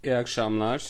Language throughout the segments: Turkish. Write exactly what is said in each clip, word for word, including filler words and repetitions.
İyi akşamlar.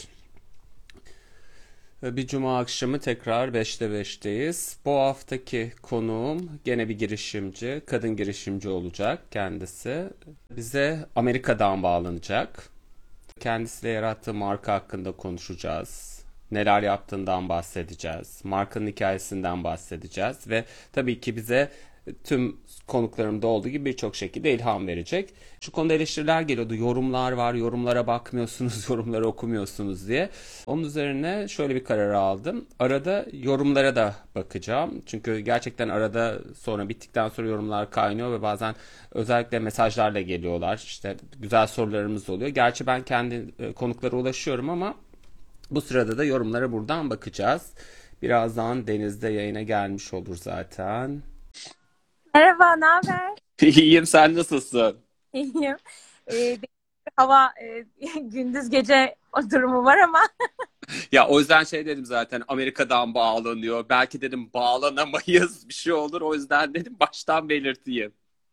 Bir cuma akşamı tekrar beşte beşteyiz. Bu haftaki konuğum gene bir girişimci, kadın girişimci olacak kendisi. Bize Amerika'dan bağlanacak. Kendisiyle yarattığı marka hakkında konuşacağız. Neler yaptığından bahsedeceğiz. Markanın hikayesinden bahsedeceğiz. Ve tabii ki bize tüm konuklarımda olduğu gibi birçok şekilde ilham verecek. Şu konuda eleştiriler geliyordu. Yorumlar var, yorumlara bakmıyorsunuz, yorumları okumuyorsunuz diye. Onun üzerine şöyle bir karar aldım. Arada yorumlara da bakacağım. Çünkü gerçekten arada sonra bittikten sonra yorumlar kaynıyor ve bazen özellikle mesajlarla geliyorlar. İşte güzel sorularımız oluyor. Gerçi ben kendi e, konuklara ulaşıyorum ama bu sırada da yorumlara buradan bakacağız. Birazdan Deniz'de yayına gelmiş olur zaten. Merhaba, ne haber? İyiyim, sen nasılsın? İyiyim. Ee, hava e, gündüz gece o durumu var ama Ya o yüzden şey dedim zaten Amerika'dan bağlanıyor. Belki dedim bağlanamayız bir şey olur. O yüzden dedim baştan belirteyim.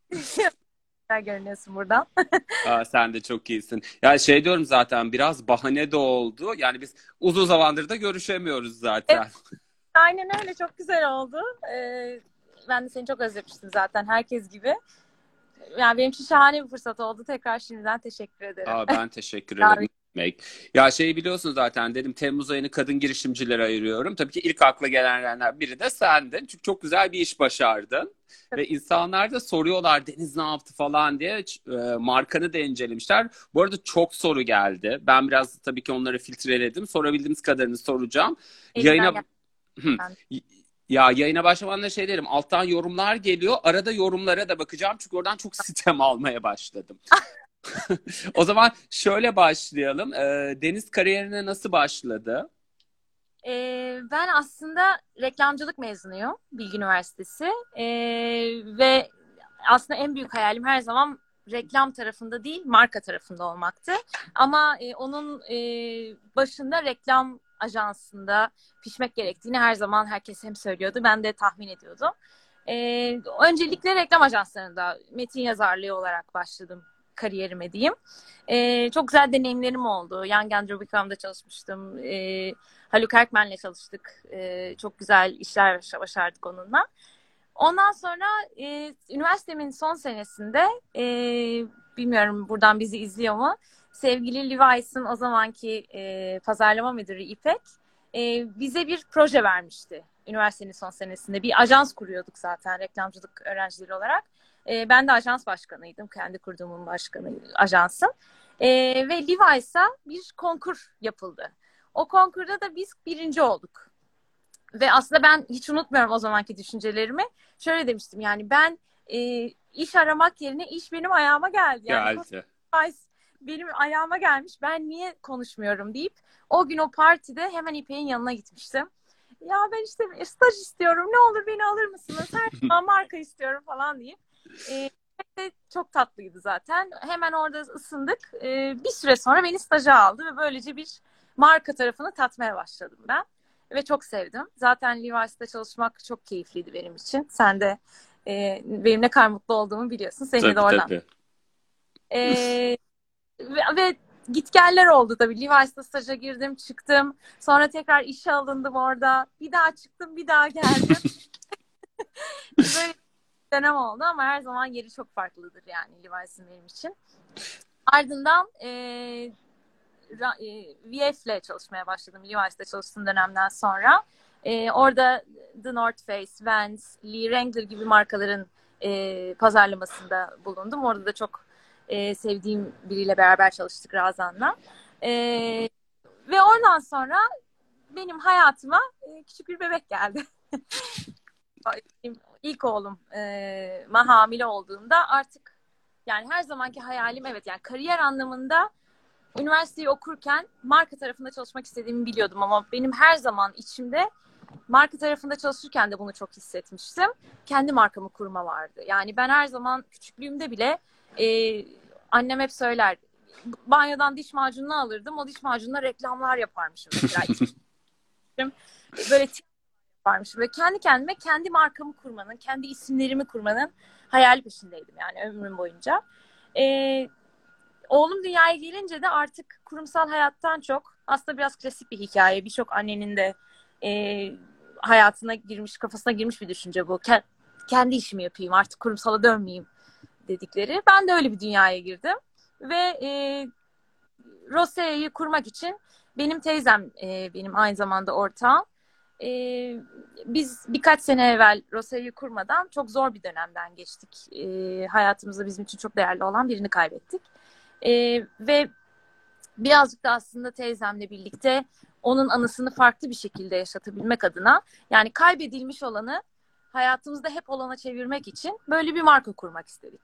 güzel görünüyorsun buradan. Aa, sen de çok iyisin. Ya şey diyorum zaten biraz bahane de oldu. Yani biz uzun zamandır da görüşemiyoruz Evet, zaten. aynen öyle çok güzel oldu. Ee, ben de seni çok özlemiştim zaten herkes gibi. Yani benim için şahane bir fırsat oldu. Tekrar şimdiden teşekkür ederim. Aa, ben teşekkür ederim. Demek. Ya şeyi biliyorsun zaten dedim Temmuz ayını kadın girişimcilere ayırıyorum. Tabii ki ilk akla gelenlerden biri de sendin. Çünkü çok güzel bir iş başardın. Ve insanlar da soruyorlar Deniz ne yaptı falan diye. E, markanı da incelemişler. Bu arada çok soru geldi. Ben biraz tabii ki onları filtreledim. Sorabildiğimiz kadarını soracağım. Elimden Yayına gerçekten. ya yayına başlamadan da şey derim. Alttan yorumlar geliyor. Arada yorumlara da bakacağım. Çünkü oradan çok sitem almaya başladım. O zaman şöyle başlayalım. Ee, Deniz kariyerine nasıl başladı? Ee, ben aslında reklamcılık mezunuyum Bilgi Üniversitesi. Ee, ve aslında en büyük hayalim her zaman reklam tarafında değil, marka tarafında olmaktı. Ama e, onun e, başında reklam ajansında pişmek gerektiğini her zaman herkes hem söylüyordu, ben de tahmin ediyordum. Ee, öncelikle reklam ajanslarında metin yazarlığı olarak başladım kariyerime diyeyim. Ee, çok güzel deneyimlerim oldu. Young and Rubicam'da çalışmıştım. Ee, Haluk Erkmen'le çalıştık. Ee, çok güzel işler başardık onunla. Ondan sonra e, üniversitemin son senesinde e, bilmiyorum buradan bizi izliyor mu? Sevgili Levi's'ın o zamanki e, pazarlama müdürü İpek e, bize bir proje vermişti. Üniversitenin son senesinde. Bir ajans kuruyorduk zaten reklamcılık öğrencileri olarak. E, ben de ajans başkanıydım. Kendi kurduğumun başkanı ajansın. E, ve Levi's'a bir konkur yapıldı. O konkurda da biz birinci olduk. Ve aslında ben hiç unutmuyorum o zamanki düşüncelerimi. Şöyle demiştim yani ben e, iş aramak yerine iş benim ayağıma geldi. Yani Geldi. koskoca benim ayağıma gelmiş ben niye konuşmuyorum deyip o gün o partide hemen İpek'in yanına gitmiştim. Ya ben işte staj istiyorum ne olur beni alır mısınız? Her zaman marka istiyorum falan deyip. E, de çok tatlıydı zaten. Hemen orada ısındık. E, bir süre sonra beni staja aldı ve böylece bir marka tarafını tatmaya başladım ben. Ve çok sevdim. Zaten Levi's'te çalışmak çok keyifliydi benim için. Sen de e, benim ne kadar mutlu olduğumu biliyorsun. Seni de Tabii oradan. tabii. E, ve, ve gitgeller oldu tabii. Levi's'te staja girdim, çıktım. Sonra tekrar işe alındım orada. Bir daha çıktım, bir daha geldim. Böyle bir dönem oldu ama her zaman yeri çok farklıdır yani Levi's'in benim için. Ardından e, V F'le çalışmaya başladım. Levi's'te çalıştığım dönemden sonra. E, orada The North Face, Vans, Lee Wrangler gibi markaların e, pazarlamasında bulundum. Orada da çok e, sevdiğim biriyle beraber çalıştık Razan'la. E, ve oradan sonra benim hayatıma e, küçük bir bebek geldi. İlk oğlum e, ma hamile olduğumda artık yani her zamanki hayalim evet yani kariyer anlamında üniversiteyi okurken marka tarafında çalışmak istediğimi biliyordum ama benim her zaman içimde marka tarafında çalışırken de bunu çok hissetmiştim. Kendi markamı kurma vardı. Yani ben her zaman küçüklüğümde bile e, annem hep söyler banyodan diş macununu alırdım. O diş macununa reklamlar yaparmışım mesela. Böyle yaparmışım. Böyle kendi kendime kendi markamı kurmanın, kendi isimlerimi kurmanın hayal peşindeydim yani ömrüm boyunca. Ee, oğlum dünyaya gelince de artık kurumsal hayattan çok, aslında biraz klasik bir hikaye. Birçok annenin de e, hayatına girmiş, kafasına girmiş bir düşünce bu. Kendi işimi yapayım, artık kurumsala dönmeyeyim dedikleri. Ben de öyle bir dünyaya girdim. Ve e, Rosea'yı kurmak için benim teyzem, e, benim aynı zamanda ortağım. E, Biz birkaç sene evvel Rosea'yı kurmadan çok zor bir dönemden geçtik. E, hayatımızda bizim için çok değerli olan birini kaybettik. E, ve birazcık da aslında teyzemle birlikte onun anısını farklı bir şekilde yaşatabilmek adına, yani kaybedilmiş olanı hayatımızda hep olana çevirmek için böyle bir marka kurmak istedik.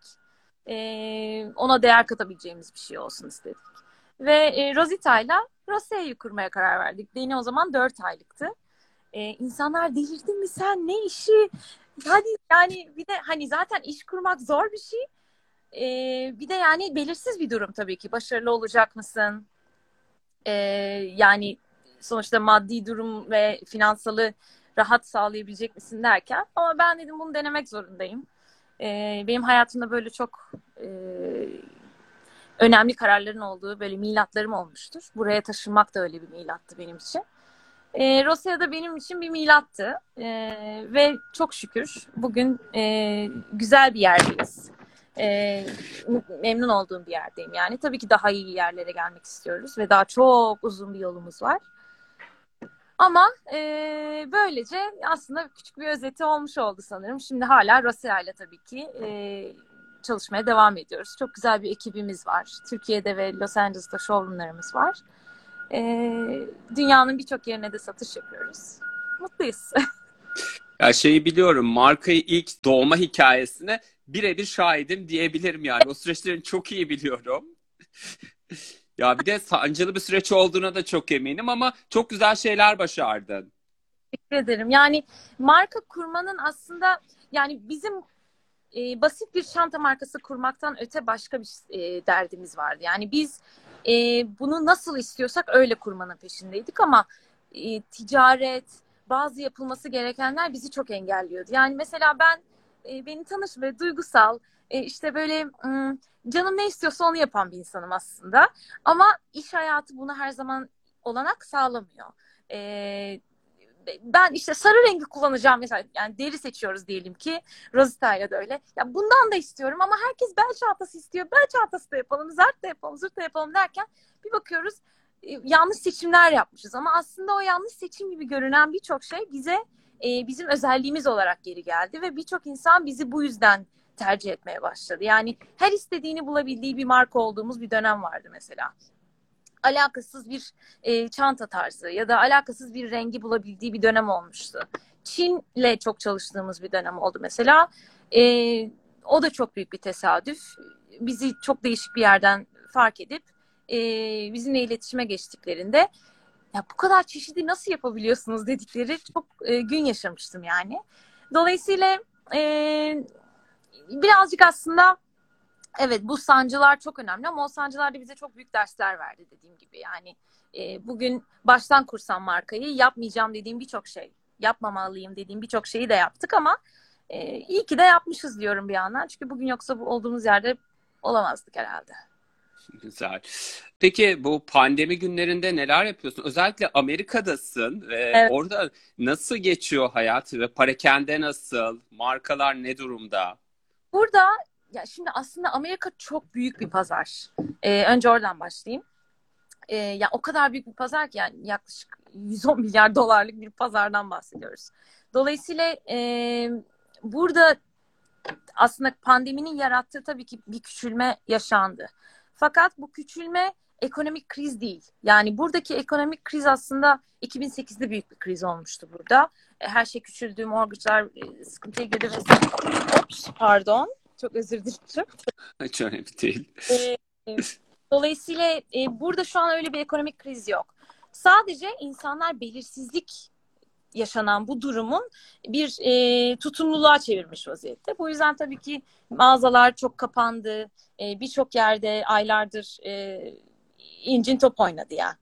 Ee, ona değer katabileceğimiz bir şey olsun istedik. Ve e, Rosita'yla Rosea'yı kurmaya karar verdik. Deni o zaman dört aylıktı. Ee, insanlar delirdin mi sen, ne işi? Hadi yani, bir de hani zaten iş kurmak zor bir şey. Ee, bir de yani belirsiz bir durum tabii ki. Başarılı olacak mısın? Ee, Yani sonuçta maddi durum ve finansalı rahat sağlayabilecek misin derken, ama ben dedim bunu denemek zorundayım. Ee, benim hayatımda böyle çok e, önemli kararların olduğu böyle milatlarım olmuştur. Buraya taşınmak da öyle bir milattı benim için. E, Rosya da benim için bir milattı. E, ve çok şükür bugün e, güzel bir yerdeyiz. E, Memnun olduğum bir yerdeyim yani. Tabii ki daha iyi yerlere gelmek istiyoruz ve daha çok uzun bir yolumuz var. Ama e, böylece aslında küçük bir özeti olmuş oldu sanırım. Şimdi hala Rosya ile tabii ki e, çalışmaya devam ediyoruz. Çok güzel bir ekibimiz var. Türkiye'de ve Los Angeles'ta showroomlarımız var. E, Dünyanın birçok yerine de satış yapıyoruz. Mutluyuz. Ya şeyi biliyorum, markayı ilk doğma hikayesine birebir şahidim diyebilirim yani. O süreçlerini çok iyi biliyorum. Ya bir de sancılı bir süreç olduğuna da çok eminim ama çok güzel şeyler başardın. Teşekkür ederim. Yani marka kurmanın aslında, yani bizim e, basit bir çanta markası kurmaktan öte başka bir e, derdimiz vardı. Yani biz e, bunu nasıl istiyorsak öyle kurmanın peşindeydik, ama e, ticaret, bazı yapılması gerekenler bizi çok engelliyordu. Yani mesela ben, e, beni tanış ve duygusal, e, işte böyle m, canım ne istiyorsa onu yapan bir insanım aslında. Ama iş hayatı buna her zaman olanak sağlamıyor. E, Ben işte sarı rengi kullanacağım mesela, yani deri seçiyoruz diyelim ki, Rosita ile de öyle. Ya bundan da istiyorum ama herkes bel çantası istiyor. Bel çantası da yapalım, zart da yapalım, zırt da yapalım derken bir bakıyoruz e, yanlış seçimler yapmışız. Ama aslında o yanlış seçim gibi görünen birçok şey bize e, bizim özelliğimiz olarak geri geldi ve birçok insan bizi bu yüzden tercih etmeye başladı. Yani her istediğini bulabildiği bir marka olduğumuz bir dönem vardı mesela. Alakasız bir e, çanta tarzı ya da alakasız bir rengi bulabildiği bir dönem olmuştu. Çin'le çok çalıştığımız bir dönem oldu mesela. E, O da çok büyük bir tesadüf. Bizi çok değişik bir yerden fark edip e, bizimle iletişime geçtiklerinde, ya bu kadar çeşidi nasıl yapabiliyorsunuz dedikleri çok e, gün yaşamıştım yani. Dolayısıyla e, birazcık aslında, evet, bu sancılar çok önemli, ama o sancılar da bize çok büyük dersler verdi dediğim gibi. Yani e, bugün baştan kursam markayı, yapmayacağım dediğim birçok şey, yapmamalıyım dediğim birçok şeyi de yaptık, ama e, iyi ki de yapmışız diyorum bir yandan. Çünkü bugün yoksa bu olduğumuz yerde olamazdık herhalde. Güzel. Peki bu pandemi günlerinde neler yapıyorsun? Özellikle Amerika'dasın ve Evet. orada nasıl geçiyor hayat ve parakende nasıl? Markalar ne durumda? Burada, ya şimdi aslında Amerika çok büyük bir pazar. E, önce oradan başlayayım. E, ya o kadar büyük bir pazar ki, yani yaklaşık yüz on milyar dolarlık bir pazardan bahsediyoruz. Dolayısıyla e, burada aslında pandeminin yarattığı tabii ki bir küçülme yaşandı. Fakat bu küçülme ekonomik kriz değil. Yani buradaki ekonomik kriz aslında iki bin sekizde büyük bir kriz olmuştu burada. E, Her şey küçüldü, mortgage'lar e, sıkıntıya girdi vesaire. Ops, pardon. Çok özür dilerim. Hiç önemli değil. E, e, Dolayısıyla e, burada şu an öyle bir ekonomik kriz yok. Sadece insanlar belirsizlik yaşanan bu durumun bir e, tutumluluğa çevirmiş vaziyette. Bu yüzden tabii ki mağazalar çok kapandı. E, Birçok yerde aylardır e, incin top oynadı ya.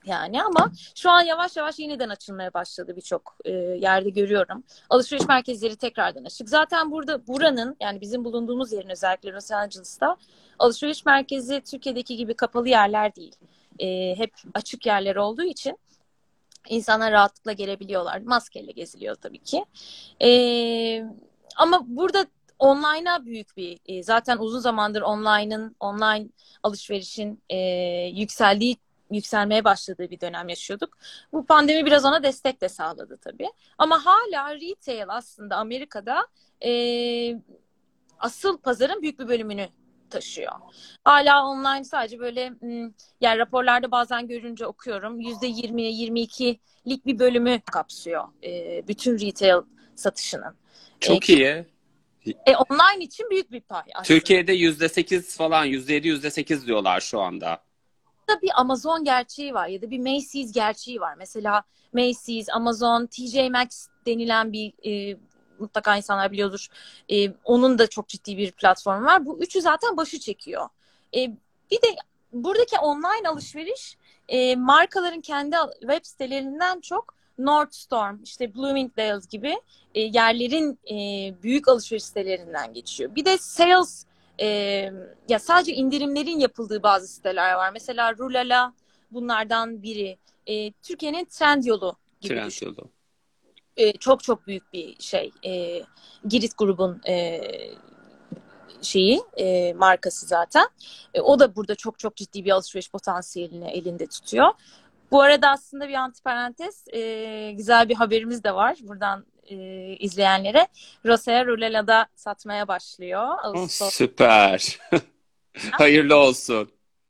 Yani ama şu an yavaş yavaş yeniden açılmaya başladı birçok e, yerde görüyorum. Alışveriş merkezleri tekrardan açık. Zaten burada buranın yani bizim bulunduğumuz yerin özellikle Los Angeles'ta alışveriş merkezi Türkiye'deki gibi kapalı yerler değil. E, hep açık yerler olduğu için insanlar rahatlıkla gelebiliyorlar. Maskeyle geziliyor tabii ki. E, ama burada online'a büyük bir e, zaten uzun zamandır online'ın online alışverişin e, yükseldiği yükselmeye başladığı bir dönem yaşıyorduk. Bu pandemi biraz ona destek de sağladı tabii. Ama hala retail aslında Amerika'da e, asıl pazarın büyük bir bölümünü taşıyor. Hala online sadece böyle yani raporlarda bazen görünce okuyorum yüzde yirmi yirmi ikilik bir bölümü kapsıyor e, bütün retail satışının. E, Çok iyi. e, online için büyük bir pay aslında. Türkiye'de yüzde sekiz falan, yüzde yedi, yüzde sekiz diyorlar şu anda. Da bir Amazon gerçeği var ya da bir Macy's gerçeği var. Mesela Macy's, Amazon, T J Maxx denilen bir e, mutlaka insanlar biliyordur. E, onun da çok ciddi bir platformu var. Bu üçü zaten başı çekiyor. E, bir de buradaki online alışveriş e, markaların kendi web sitelerinden çok Nordstrom, işte Bloomingdale's gibi e, yerlerin e, büyük alışveriş sitelerinden geçiyor. Bir de sales e, ya sadece indirimlerin yapıldığı bazı siteler var. Mesela Rulala bunlardan biri. E, Türkiye'nin Trendyol'u gibi düşün. Trendyol'u. E, çok çok büyük bir şey. E, Girit grubun e, şeyi e, markası zaten. E, o da burada çok çok ciddi bir alışveriş potansiyelini elinde tutuyor. Bu arada aslında bir antiparantez e, güzel bir haberimiz de var buradan e, izleyenlere. Rosea Rulala'da satmaya başlıyor. Oh, Ağustos. süper. Hayırlı olsun.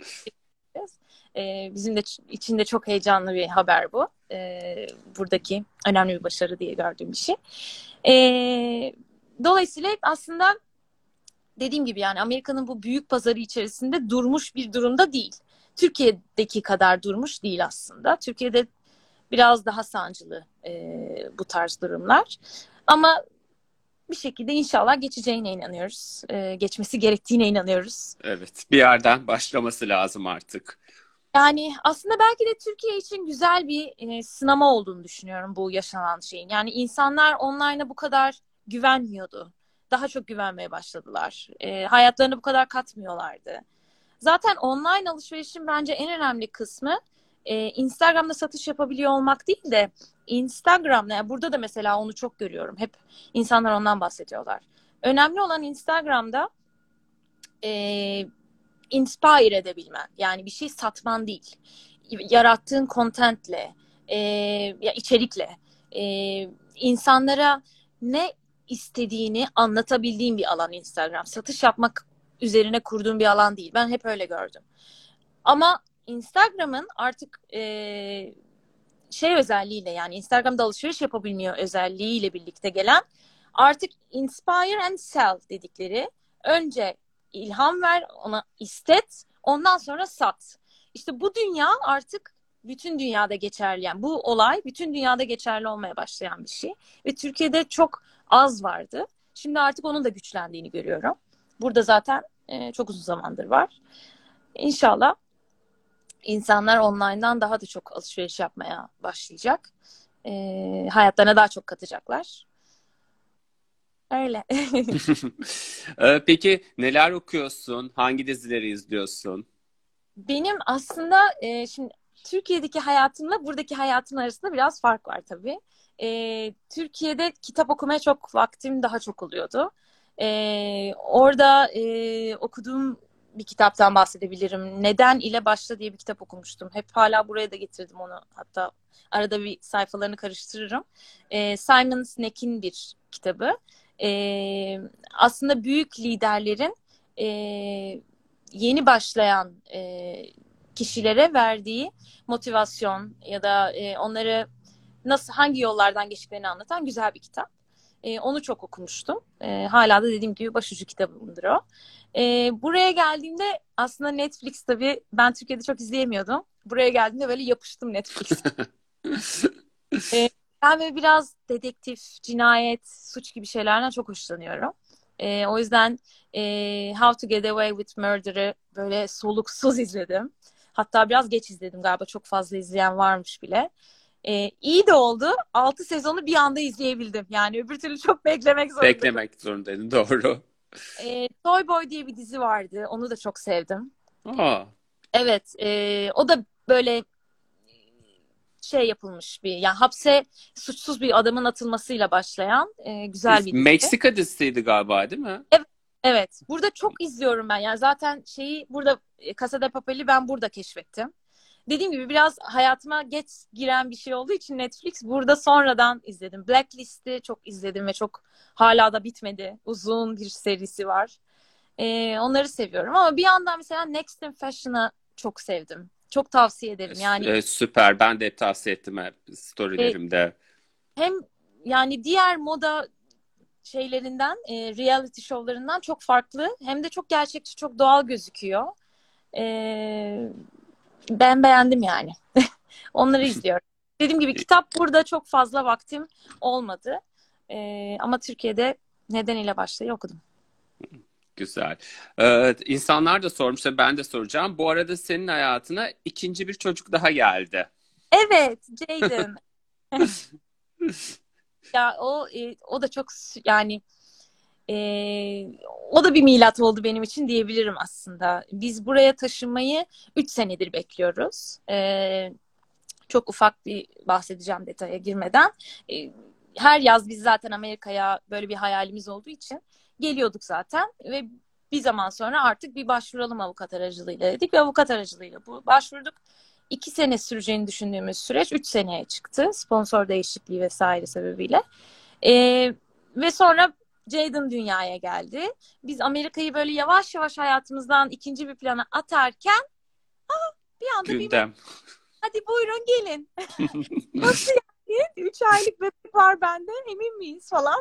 E, bizim de içinde çok heyecanlı bir haber bu. E, buradaki önemli bir başarı diye gördüğüm bir şey. E, dolayısıyla aslında dediğim gibi yani Amerika'nın bu büyük pazarı içerisinde durmuş bir durumda değil. Türkiye'deki kadar durmuş değil aslında. Türkiye'de biraz daha sancılı e, bu tarz durumlar. Ama bir şekilde inşallah geçeceğine inanıyoruz. E, geçmesi gerektiğine inanıyoruz. Evet, bir yerden başlaması lazım artık. Yani aslında belki de Türkiye için güzel bir e, sınama olduğunu düşünüyorum bu yaşanan şeyin. Yani insanlar online'a bu kadar güvenmiyordu. Daha çok güvenmeye başladılar. E, hayatlarını bu kadar katmıyorlardı. Zaten online alışverişin bence en önemli kısmı e, Instagram'da satış yapabiliyor olmak değil de Instagram'da, yani burada da mesela onu çok görüyorum. Hep insanlar ondan bahsediyorlar. Önemli olan Instagram'da e, inspire edebilmen. Yani bir şey satman değil. Yarattığın contentle, e, ya içerikle e, insanlara ne istediğini anlatabildiğin bir alan Instagram. Satış yapmak üzerine kurduğum bir alan değil. Ben hep öyle gördüm. Ama Instagram'ın artık e, şey özelliğiyle yani Instagram'da alışveriş yapabilmiyor özelliğiyle birlikte gelen artık inspire and sell dedikleri önce ilham ver, ona istet, ondan sonra sat. İşte bu dünya artık bütün dünyada geçerli. Yani bu olay bütün dünyada geçerli olmaya başlayan bir şey. Ve Türkiye'de çok az vardı. Şimdi artık onun da güçlendiğini görüyorum. Burada zaten e, çok uzun zamandır var. İnşallah insanlar online'dan daha da çok alışveriş yapmaya başlayacak. E, hayatlarına daha çok katacaklar. Öyle. Ee, Peki neler okuyorsun? Hangi dizileri izliyorsun? Benim aslında e, şimdi Türkiye'deki hayatımla buradaki hayatım arasında biraz fark var tabii. E, Türkiye'de kitap okumaya çok vaktim daha çok oluyordu. E, orada e, okuduğum bir kitaptan bahsedebilirim. Neden ile Başla diye bir kitap okumuştum. Hep hala buraya da getirdim onu. Hatta arada bir sayfalarını karıştırırım. E, Simon Sinek'in bir kitabı. E, aslında büyük liderlerin e, yeni başlayan e, kişilere verdiği motivasyon ya da e, onları nasıl hangi yollardan geçtiklerini anlatan güzel bir kitap. E, onu çok okumuştum. E, hala da dediğim gibi başucu kitabımdır o. E, buraya geldiğimde aslında Netflix tabii ben Türkiye'de çok izleyemiyordum. Buraya geldiğimde böyle yapıştım Netflix'e. e, ben böyle biraz dedektif, cinayet, suç gibi şeylerden çok hoşlanıyorum. E, o yüzden e, How to Get Away with Murder'ı böyle soluksuz izledim. Hatta biraz geç izledim galiba. Çok fazla izleyen varmış bile. Ee, iyi de oldu. Altı sezonu bir anda izleyebildim. Yani öbür türlü çok beklemek zorunda kaldım. Beklemek zorundaydın, doğru. Ee, Toy Boy diye bir dizi vardı. Onu da çok sevdim. Aa, Evet, e, o da böyle şey yapılmış bir, yani hapse suçsuz bir adamın atılmasıyla başlayan e, güzel bir dizi. Meksika dizisiydi galiba, değil mi? Evet, evet. Burada çok izliyorum ben. Yani zaten şeyi burada e, Casa de Papel'i ben burada keşfettim. Dediğim gibi biraz hayatıma geç giren bir şey olduğu için Netflix burada sonradan izledim. Blacklist'i çok izledim ve çok hala da bitmedi. Uzun bir serisi var. Ee, onları seviyorum ama bir yandan mesela Next in Fashion'ı çok sevdim. Çok tavsiye ederim. Yani E, süper. Ben de hep tavsiye ettim hep e, storylerimde. hem yani diğer moda şeylerinden, e, reality şovlarından çok farklı. Hem de çok gerçekçi, çok doğal gözüküyor. E, Ben beğendim yani. Onları izliyorum. Dediğim gibi kitap burada çok fazla vaktim olmadı. E, ama Türkiye'de Neden ile başlayı okudum. Güzel. Ee, insanlar da sormuş, tabii ben de soracağım. Bu arada senin hayatına ikinci bir çocuk daha geldi. Evet, Jaden. Ya o e, o da çok s- yani e, o da bir milat oldu benim için diyebilirim aslında. Biz buraya taşınmayı üç senedir bekliyoruz. E, çok ufak bir bahsedeceğim detaya girmeden. E, Her yaz biz zaten Amerika'ya böyle bir hayalimiz olduğu için geliyorduk zaten ve bir zaman sonra artık bir başvuralım avukat aracılığıyla dedik ve avukat aracılığıyla bu başvurduk. İki sene süreceğini düşündüğümüz süreç üç seneye çıktı. Sponsor değişikliği vesaire sebebiyle. Ee, Ve sonra Jaden dünyaya geldi. Biz Amerika'yı böyle yavaş yavaş hayatımızdan ikinci bir plana atarken bir anda bir Gündem. hadi buyurun gelin. Nasıl yani? Üç aylık bebek var bende emin miyiz falan.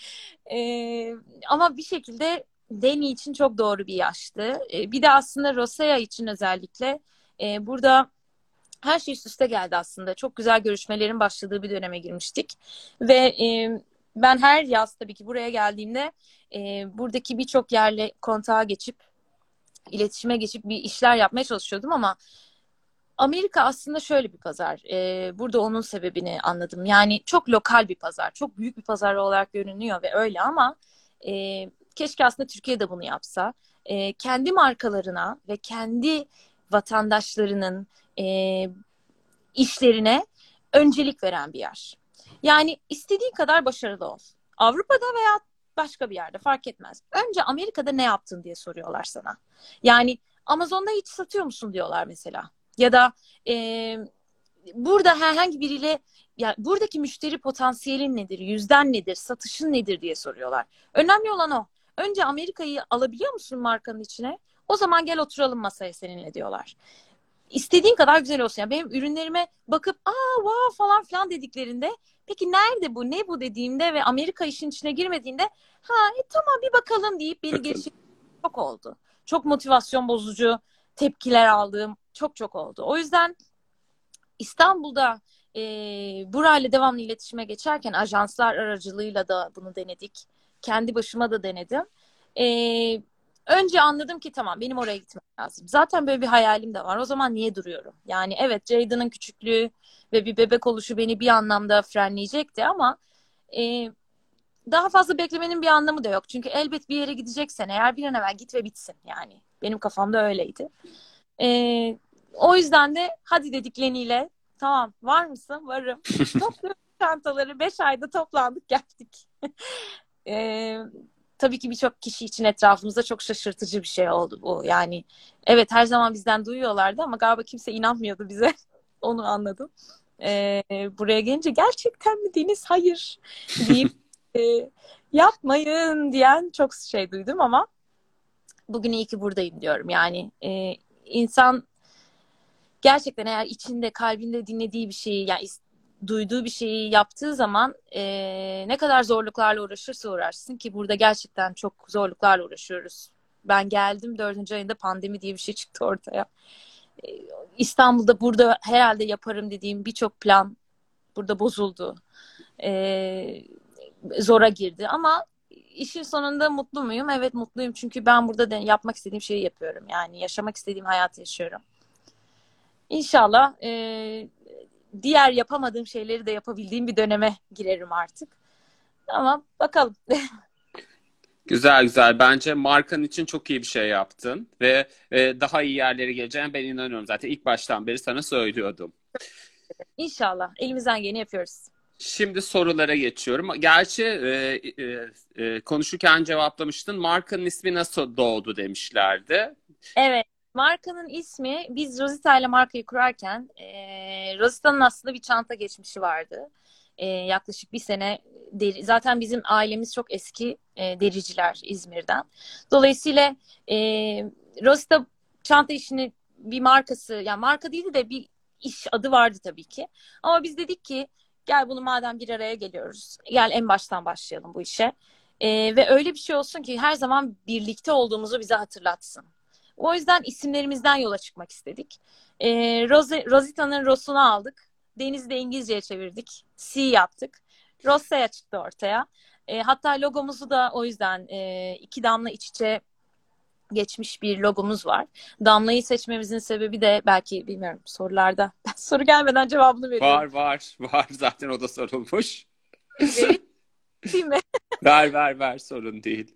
Ee, Ama bir şekilde Deni için çok doğru bir yaştı. Ee, bir de aslında Rosea için özellikle e, burada her şey üst üste geldi aslında. Çok güzel görüşmelerin başladığı bir döneme girmiştik. Ve e, ben her yaz tabii ki buraya geldiğimde e, buradaki birçok yerle kontağa geçip, iletişime geçip bir işler yapmaya çalışıyordum ama Amerika aslında şöyle bir pazar. E, burada onun sebebini anladım. Yani çok lokal bir pazar. Çok büyük bir pazar olarak görünüyor ve öyle ama e, keşke aslında Türkiye de bunu yapsa. E, kendi markalarına ve kendi vatandaşlarının e, işlerine öncelik veren bir yer. Yani istediğin kadar başarılı ol. Avrupa'da veya başka bir yerde fark etmez. Önce Amerika'da ne yaptın diye soruyorlar sana. Yani Amazon'da hiç satıyor musun diyorlar mesela. Ya da e, burada herhangi biriyle ya buradaki müşteri potansiyelin nedir, yüzden nedir, satışın nedir diye soruyorlar. Önemli olan o. Önce Amerika'yı alabiliyor musun markanın içine? O zaman gel oturalım masaya seninle diyorlar. İstediğin kadar güzel olsun. Yani benim ürünlerime bakıp aa wow falan filan dediklerinde peki nerede bu ne bu dediğimde ve Amerika işin içine girmediğinde ha e, tamam bir bakalım deyip beni geri Bakın. çekip çok oldu. Çok motivasyon bozucu tepkiler aldığım çok çok oldu. O yüzden İstanbul'da e, burayla devamlı iletişime geçerken ajanslar aracılığıyla da bunu denedik. Kendi başıma da denedim. E, Önce anladım ki tamam benim oraya gitmem lazım. Zaten böyle bir hayalim de var. O zaman niye duruyorum? Yani evet Jaden'ın küçüklüğü ve bir bebek oluşu beni bir anlamda frenleyecekti ama e, daha fazla beklemenin bir anlamı da yok. Çünkü elbet bir yere gideceksen eğer bir an evvel git ve bitsin yani. Benim kafamda öyleydi. Ee, O yüzden de hadi dedik Leni'yle. Tamam var mısın? Varım. Topluyoruz çantaları. Beş ayda toplandık geldik. Ee, tabii ki birçok kişi için etrafımızda çok şaşırtıcı bir şey oldu bu. Yani evet her zaman bizden duyuyorlardı ama galiba kimse inanmıyordu bize. Onu anladım. Ee, Buraya gelince gerçekten mi Deniz? Hayır deyip e, yapmayın diyen çok şey duydum ama bugün iyi ki buradayım diyorum. Yani e, insan gerçekten eğer içinde kalbinde dinlediği bir şeyi yani duyduğu bir şeyi yaptığı zaman e, ne kadar zorluklarla uğraşırsa uğraşsın ki burada gerçekten çok zorluklarla uğraşıyoruz. Ben geldim dördüncü ayında pandemi diye bir şey çıktı ortaya. E, İstanbul'da burada herhalde yaparım dediğim birçok plan burada bozuldu. E, Zora girdi ama işin sonunda mutlu muyum? Evet mutluyum çünkü ben burada de yapmak istediğim şeyi yapıyorum. Yani yaşamak istediğim hayatı yaşıyorum. İnşallah e, diğer yapamadığım şeyleri de yapabildiğim bir döneme girerim artık. Ama bakalım. Güzel güzel. Bence markan için çok iyi bir şey yaptın ve e, daha iyi yerlere geleceğine ben inanıyorum. Zaten ilk baştan beri sana söylüyordum. İnşallah. Elimizden geleni yapıyoruz. Şimdi sorulara geçiyorum. Gerçi e, e, e, konuşurken cevaplamıştın. Markanın ismi nasıl doğdu demişlerdi. Evet. Markanın ismi, biz Rosita ile markayı kurarken e, Rosita'nın aslında bir çanta geçmişi vardı. E, yaklaşık bir sene deri, zaten bizim ailemiz çok eski e, dericiler İzmir'den. Dolayısıyla e, Rosita çanta işini bir markası, yani marka değildi de bir iş adı vardı tabii ki. Ama biz dedik ki gel bunu madem bir araya geliyoruz, gel en baştan başlayalım bu işe. E, ve öyle bir şey olsun ki her zaman birlikte olduğumuzu bize hatırlatsın. O yüzden isimlerimizden yola çıkmak istedik. E, Rose, Rosita'nın Ros'unu aldık. Deniz'i de İngilizceye çevirdik. C yaptık. Rosea çıktı ortaya. E, hatta logomuzu da o yüzden e, iki damla iç içe geçmiş bir logomuz var. Damlayı seçmemizin sebebi de belki bilmiyorum sorularda. Ben soru gelmeden cevabını Var veriyorum. var var zaten o da sorulmuş. Vereyim mi? Ver ver ver sorun değil.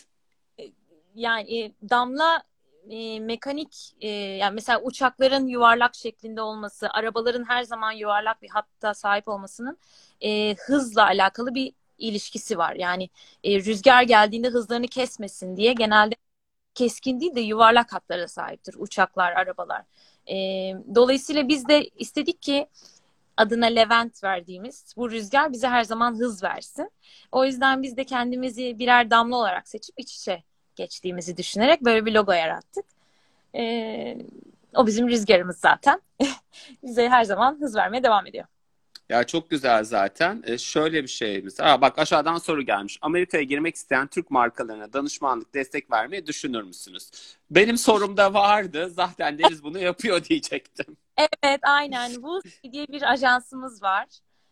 Yani e, damla e, mekanik e, yani mesela uçakların yuvarlak şeklinde olması, arabaların her zaman yuvarlak bir hatta sahip olmasının e, hızla alakalı bir ilişkisi var. Yani e, rüzgar geldiğinde hızlarını kesmesin diye genelde keskin değil de yuvarlak hatlara sahiptir uçaklar, arabalar. E, dolayısıyla biz de istedik ki adına Levent verdiğimiz bu rüzgar bize her zaman hız versin. O yüzden biz de kendimizi birer damla olarak seçip iç içe geçtiğimizi düşünerek böyle bir logo yarattık. Ee, o bizim rüzgarımız zaten. Bize her zaman hız vermeye devam ediyor. Ya çok güzel zaten. E, şöyle bir şeyimiz. Aa, bak aşağıdan soru gelmiş. Amerika'ya girmek isteyen Türk markalarına danışmanlık, destek vermeyi düşünür müsünüz? Benim sorumda vardı. Zaten Deniz bunu yapıyor diyecektim. Evet, aynen. Bu diye bir ajansımız var.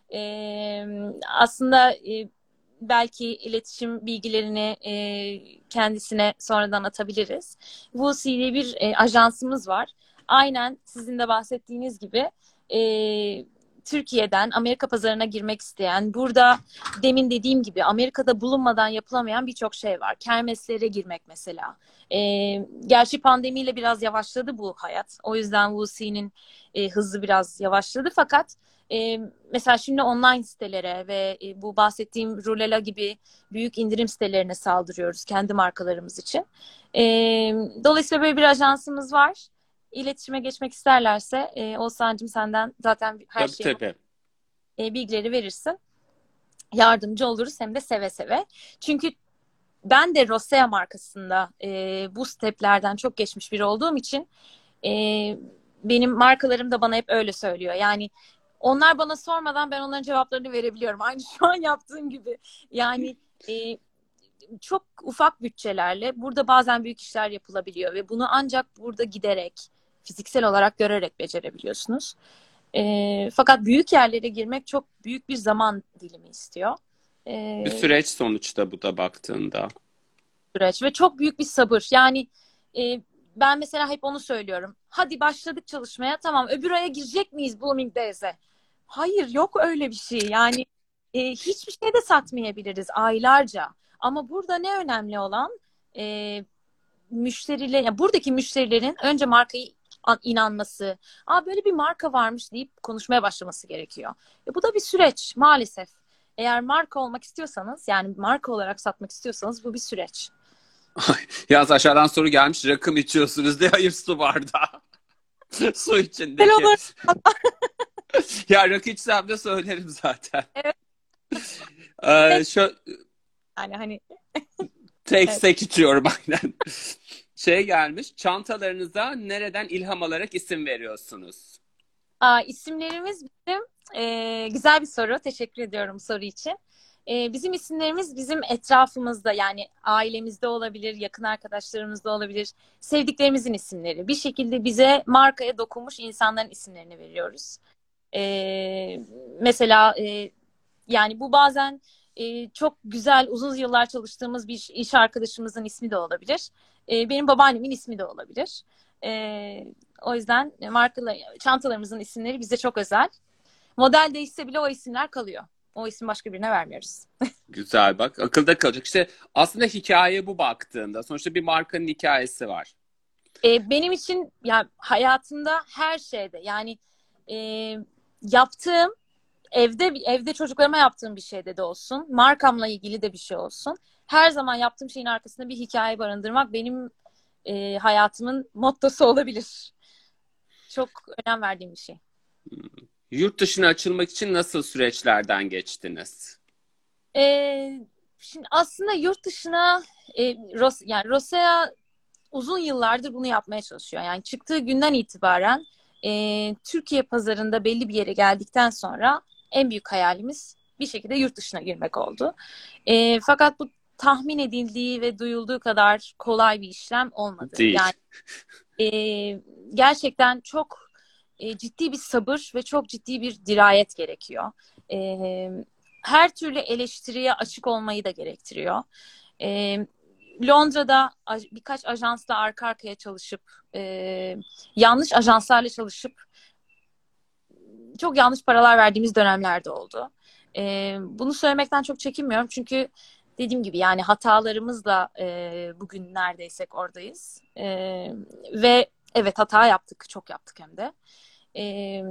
Ee, aslında e, belki iletişim bilgilerini e, kendisine sonradan atabiliriz. Vusi diye bir e, ajansımız var. Aynen sizin de bahsettiğiniz gibi e, Türkiye'den Amerika pazarına girmek isteyen, burada demin dediğim gibi Amerika'da bulunmadan yapılamayan birçok şey var. Kermeslere girmek mesela. E, gerçi pandemiyle biraz yavaşladı bu hayat. O yüzden Vusi'nin e, hızı biraz yavaşladı. Fakat e, mesela şimdi online sitelere ve e, bu bahsettiğim Rulela gibi büyük indirim sitelerine saldırıyoruz kendi markalarımız için. E, dolayısıyla böyle bir ajansımız var. İletişime geçmek isterlerse e, Oğuzhan'cığım senden zaten her Tabii şeyi tabii. e, bilgileri verirsin. Yardımcı oluruz hem de seve seve. Çünkü ben de Rosea markasında e, bu steplerden çok geçmiş biri olduğum için e, benim markalarım da bana hep öyle söylüyor. Yani onlar bana sormadan ben onların cevaplarını verebiliyorum. Aynı şu an yaptığım gibi. Yani e, çok ufak bütçelerle burada bazen büyük işler yapılabiliyor ve bunu ancak burada giderek, fiziksel olarak görerek becerebiliyorsunuz. E, fakat büyük yerlere girmek çok büyük bir zaman dilimi istiyor. Bir E, süreç sonuçta bu da baktığında. süreç ve çok büyük bir sabır. Yani e, ben mesela hep onu söylüyorum. Hadi başladık çalışmaya, tamam öbür aya girecek miyiz Bloomingdale's'e? Hayır, yok öyle bir şey. Yani e, hiçbir şey de satmayabiliriz aylarca. Ama burada ne önemli olan e, müşteriler, yani buradaki müşterilerin önce markayı inanması, aa böyle bir marka varmış deyip konuşmaya başlaması gerekiyor. E, bu da bir süreç maalesef. Eğer marka olmak istiyorsanız, yani marka olarak satmak istiyorsanız bu bir süreç. Yalnız aşağıdan soru gelmiş. Rakım içiyorsunuz diye. Hayır su bardağı. Su Güzel içindeki. olur. Ya rakı içsem de söylerim zaten. Evet. Ee, Tek, şu, yani hani tek evet. tek içiyorum aynen. Şey gelmiş. Çantalarınıza nereden ilham alarak isim veriyorsunuz? Aa, isimlerimiz bizim e, güzel bir soru. Teşekkür ediyorum soru için. E, bizim isimlerimiz bizim etrafımızda, yani ailemizde olabilir, yakın arkadaşlarımızda olabilir. Sevdiklerimizin isimleri. Bir şekilde bize markaya dokunmuş insanların isimlerini veriyoruz. E, mesela e, yani bu bazen e, çok güzel uzun yıllar çalıştığımız bir iş arkadaşımızın ismi de olabilir. E, benim babaannemin ismi de olabilir. E, O yüzden markalar, çantalarımızın isimleri bize çok özel. Model değişse bile o isimler kalıyor. O isim başka birine vermiyoruz. Güzel bak. Akılda kalacak. İşte aslında hikaye bu baktığında. Sonuçta bir markanın hikayesi var. E, benim için yani hayatımda her şeyde yani e, yaptığım evde evde çocuklarıma yaptığım bir şeyde de olsun, markamla ilgili de bir şey olsun. Her zaman yaptığım şeyin arkasında bir hikaye barındırmak benim e, hayatımın mottosu olabilir. Çok önem verdiğim bir şey. Yurt dışına açılmak için nasıl süreçlerden geçtiniz? E, Şimdi aslında yurt dışına e, Ros yani Rosea uzun yıllardır bunu yapmaya çalışıyor. Yani çıktığı günden itibaren e, Türkiye pazarında belli bir yere geldikten sonra en büyük hayalimiz bir şekilde yurt dışına girmek oldu. E, fakat bu tahmin edildiği ve duyulduğu kadar kolay bir işlem olmadı. Değil. Yani e, gerçekten çok e, ciddi bir sabır ve çok ciddi bir dirayet gerekiyor. E, Her türlü eleştiriye açık olmayı da gerektiriyor. E, Londra'da birkaç ajansla arka arkaya çalışıp e, yanlış ajanslarla çalışıp çok yanlış paralar verdiğimiz dönemlerde oldu. E, bunu söylemekten çok çekinmiyorum çünkü dediğim gibi yani hatalarımızla e, bugün neredeysek oradayız. E, ve evet hata yaptık, çok yaptık hem de. E,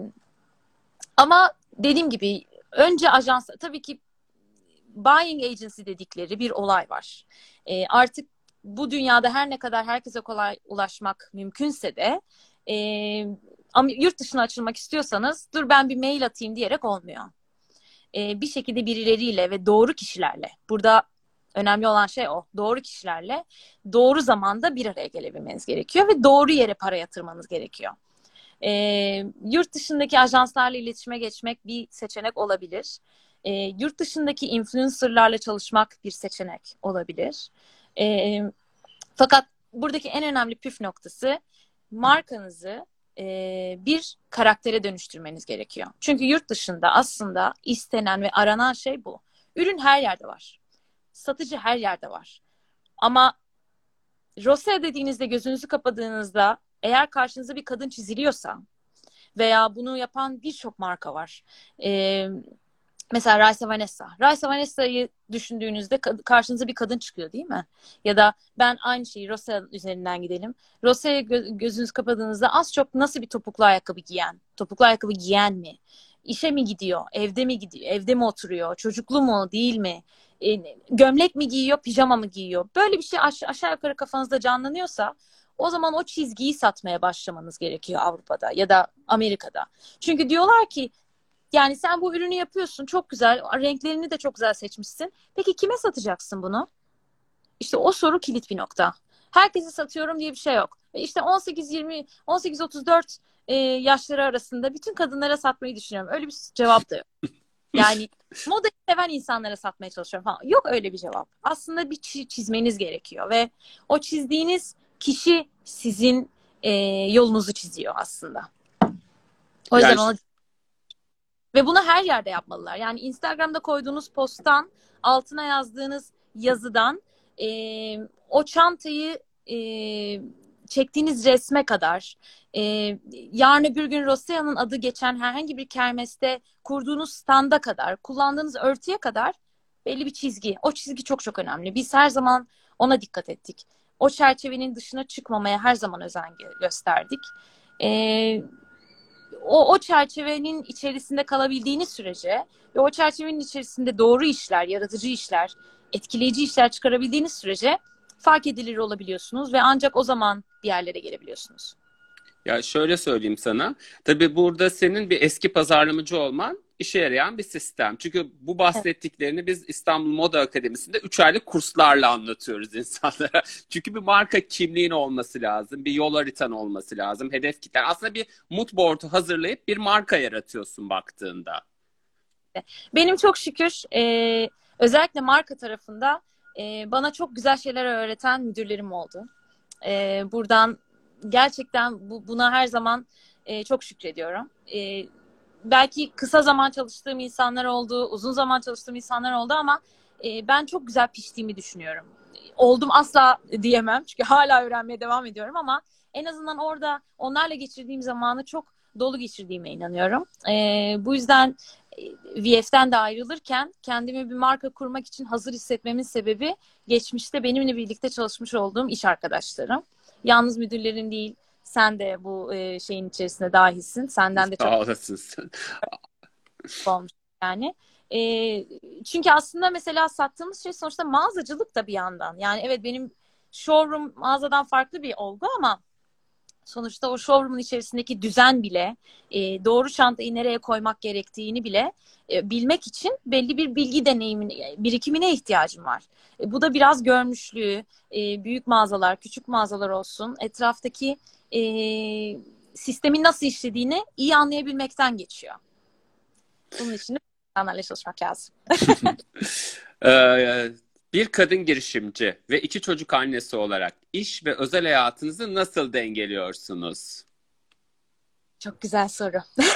Ama dediğim gibi önce ajans, tabii ki buying agency dedikleri bir olay var. E, artık bu dünyada her ne kadar herkese kolay ulaşmak mümkünse de e, ama yurt dışına açılmak istiyorsanız dur ben bir mail atayım diyerek olmuyor. E, bir şekilde birileriyle ve doğru kişilerle, burada önemli olan şey o, doğru kişilerle doğru zamanda bir araya gelebilmeniz gerekiyor ve doğru yere para yatırmanız gerekiyor. E, Yurt dışındaki ajanslarla iletişime geçmek bir seçenek olabilir. E, yurt dışındaki influencerlarla çalışmak bir seçenek olabilir. E, Fakat buradaki en önemli püf noktası markanızı e, bir karaktere dönüştürmeniz gerekiyor. Çünkü yurt dışında aslında istenen ve aranan şey bu. Ürün her yerde var. Satıcı her yerde var. Ama Rosea dediğinizde gözünüzü kapadığınızda eğer karşınıza bir kadın çiziliyorsa veya bunu yapan birçok marka var. Ee, Mesela Raisa Vanessa. Raisa Vanessa'yı düşündüğünüzde karşınıza bir kadın çıkıyor değil mi? Ya da ben aynı şeyi Rosea üzerinden gidelim. Rosea'ya gö- gözünüzü kapadığınızda az çok nasıl bir topuklu ayakkabı giyen? Topuklu ayakkabı giyen mi? İşe mi gidiyor? Evde mi gidiyor? Evde mi oturuyor? Çocuklu mu? Değil mi? E, gömlek mi giyiyor? Pijama mı giyiyor? Böyle bir şey aş- aşağı yukarı kafanızda canlanıyorsa o zaman o çizgiyi satmaya başlamanız gerekiyor Avrupa'da ya da Amerika'da. Çünkü diyorlar ki yani sen bu ürünü yapıyorsun çok güzel, renklerini de çok güzel seçmişsin. Peki kime satacaksın bunu? İşte o soru kilit bir nokta. Herkese satıyorum diye bir şey yok. Ve işte on sekiz yirmi, on sekiz otuz dört e, yaşları arasında bütün kadınlara satmayı düşünüyorum. Öyle bir cevap da yok. Yani modayı seven insanlara satmaya çalışıyorum falan. Yok öyle bir cevap. Aslında bir çizmeniz gerekiyor ve o çizdiğiniz kişi sizin e, yolunuzu çiziyor aslında. O yüzden Yani ona ve bunu her yerde yapmalılar. Yani Instagram'da koyduğunuz posttan, altına yazdığınız yazıdan, e, o çantayı e, çektiğiniz resme kadar, e, yarın öbür gün Rosea'nın adı geçen herhangi bir kermeste kurduğunuz standa kadar, kullandığınız örtüye kadar belli bir çizgi. O çizgi çok çok önemli. Biz her zaman ona dikkat ettik. O çerçevenin dışına çıkmamaya her zaman özen gösterdik. E, o, o çerçevenin içerisinde kalabildiğiniz sürece ve o çerçevenin içerisinde doğru işler, yaratıcı işler, etkileyici işler çıkarabildiğiniz sürece fark edilir olabiliyorsunuz ve ancak o zaman bir yerlere gelebiliyorsunuz. Ya şöyle söyleyeyim sana. Tabii burada senin bir eski pazarlamacı olman işe yarayan bir sistem. Çünkü bu Evet. bahsettiklerini biz İstanbul Moda Akademisi'nde üç aylık kurslarla anlatıyoruz insanlara. Çünkü bir marka kimliğin olması lazım, bir yol haritan olması lazım, hedef kitlen. Aslında bir mood board'u hazırlayıp bir marka yaratıyorsun baktığında. Benim çok şükür e, özellikle marka tarafında e, bana çok güzel şeyler öğreten müdürlerim oldu. E, buradan gerçekten bu, buna her zaman e, çok şükrediyorum. E, belki kısa zaman çalıştığım insanlar oldu, uzun zaman çalıştığım insanlar oldu ama e, ben çok güzel piştiğimi düşünüyorum. Oldum asla diyemem çünkü hala öğrenmeye devam ediyorum ama en azından orada onlarla geçirdiğim zamanı çok dolu geçirdiğime inanıyorum. Ee, bu yüzden e, V F'den de ayrılırken kendimi bir marka kurmak için hazır hissetmemin sebebi geçmişte benimle birlikte çalışmış olduğum iş arkadaşlarım. Yalnız müdürlerim değil, sen de bu e, şeyin içerisinde dahilsin. Senden de çok Sağ olasın sen. olmuş yani. E, çünkü aslında mesela sattığımız şey sonuçta mağazacılık da bir yandan. Yani evet, benim showroom mağazadan farklı bir olgu ama sonuçta o showroom'un içerisindeki düzen bile, e, doğru çantayı nereye koymak gerektiğini bile e, bilmek için belli bir bilgi deneyimine, birikimine ihtiyacım var. E, bu da biraz görmüşlüğü, e, büyük mağazalar, küçük mağazalar olsun, etraftaki e, sistemin nasıl işlediğini iyi anlayabilmekten geçiyor. Bunun için de insanlarla çalışmak lazım. Ee, bir kadın girişimci ve iki çocuk annesi olarak iş ve özel hayatınızı nasıl dengeliyorsunuz? Çok güzel soru.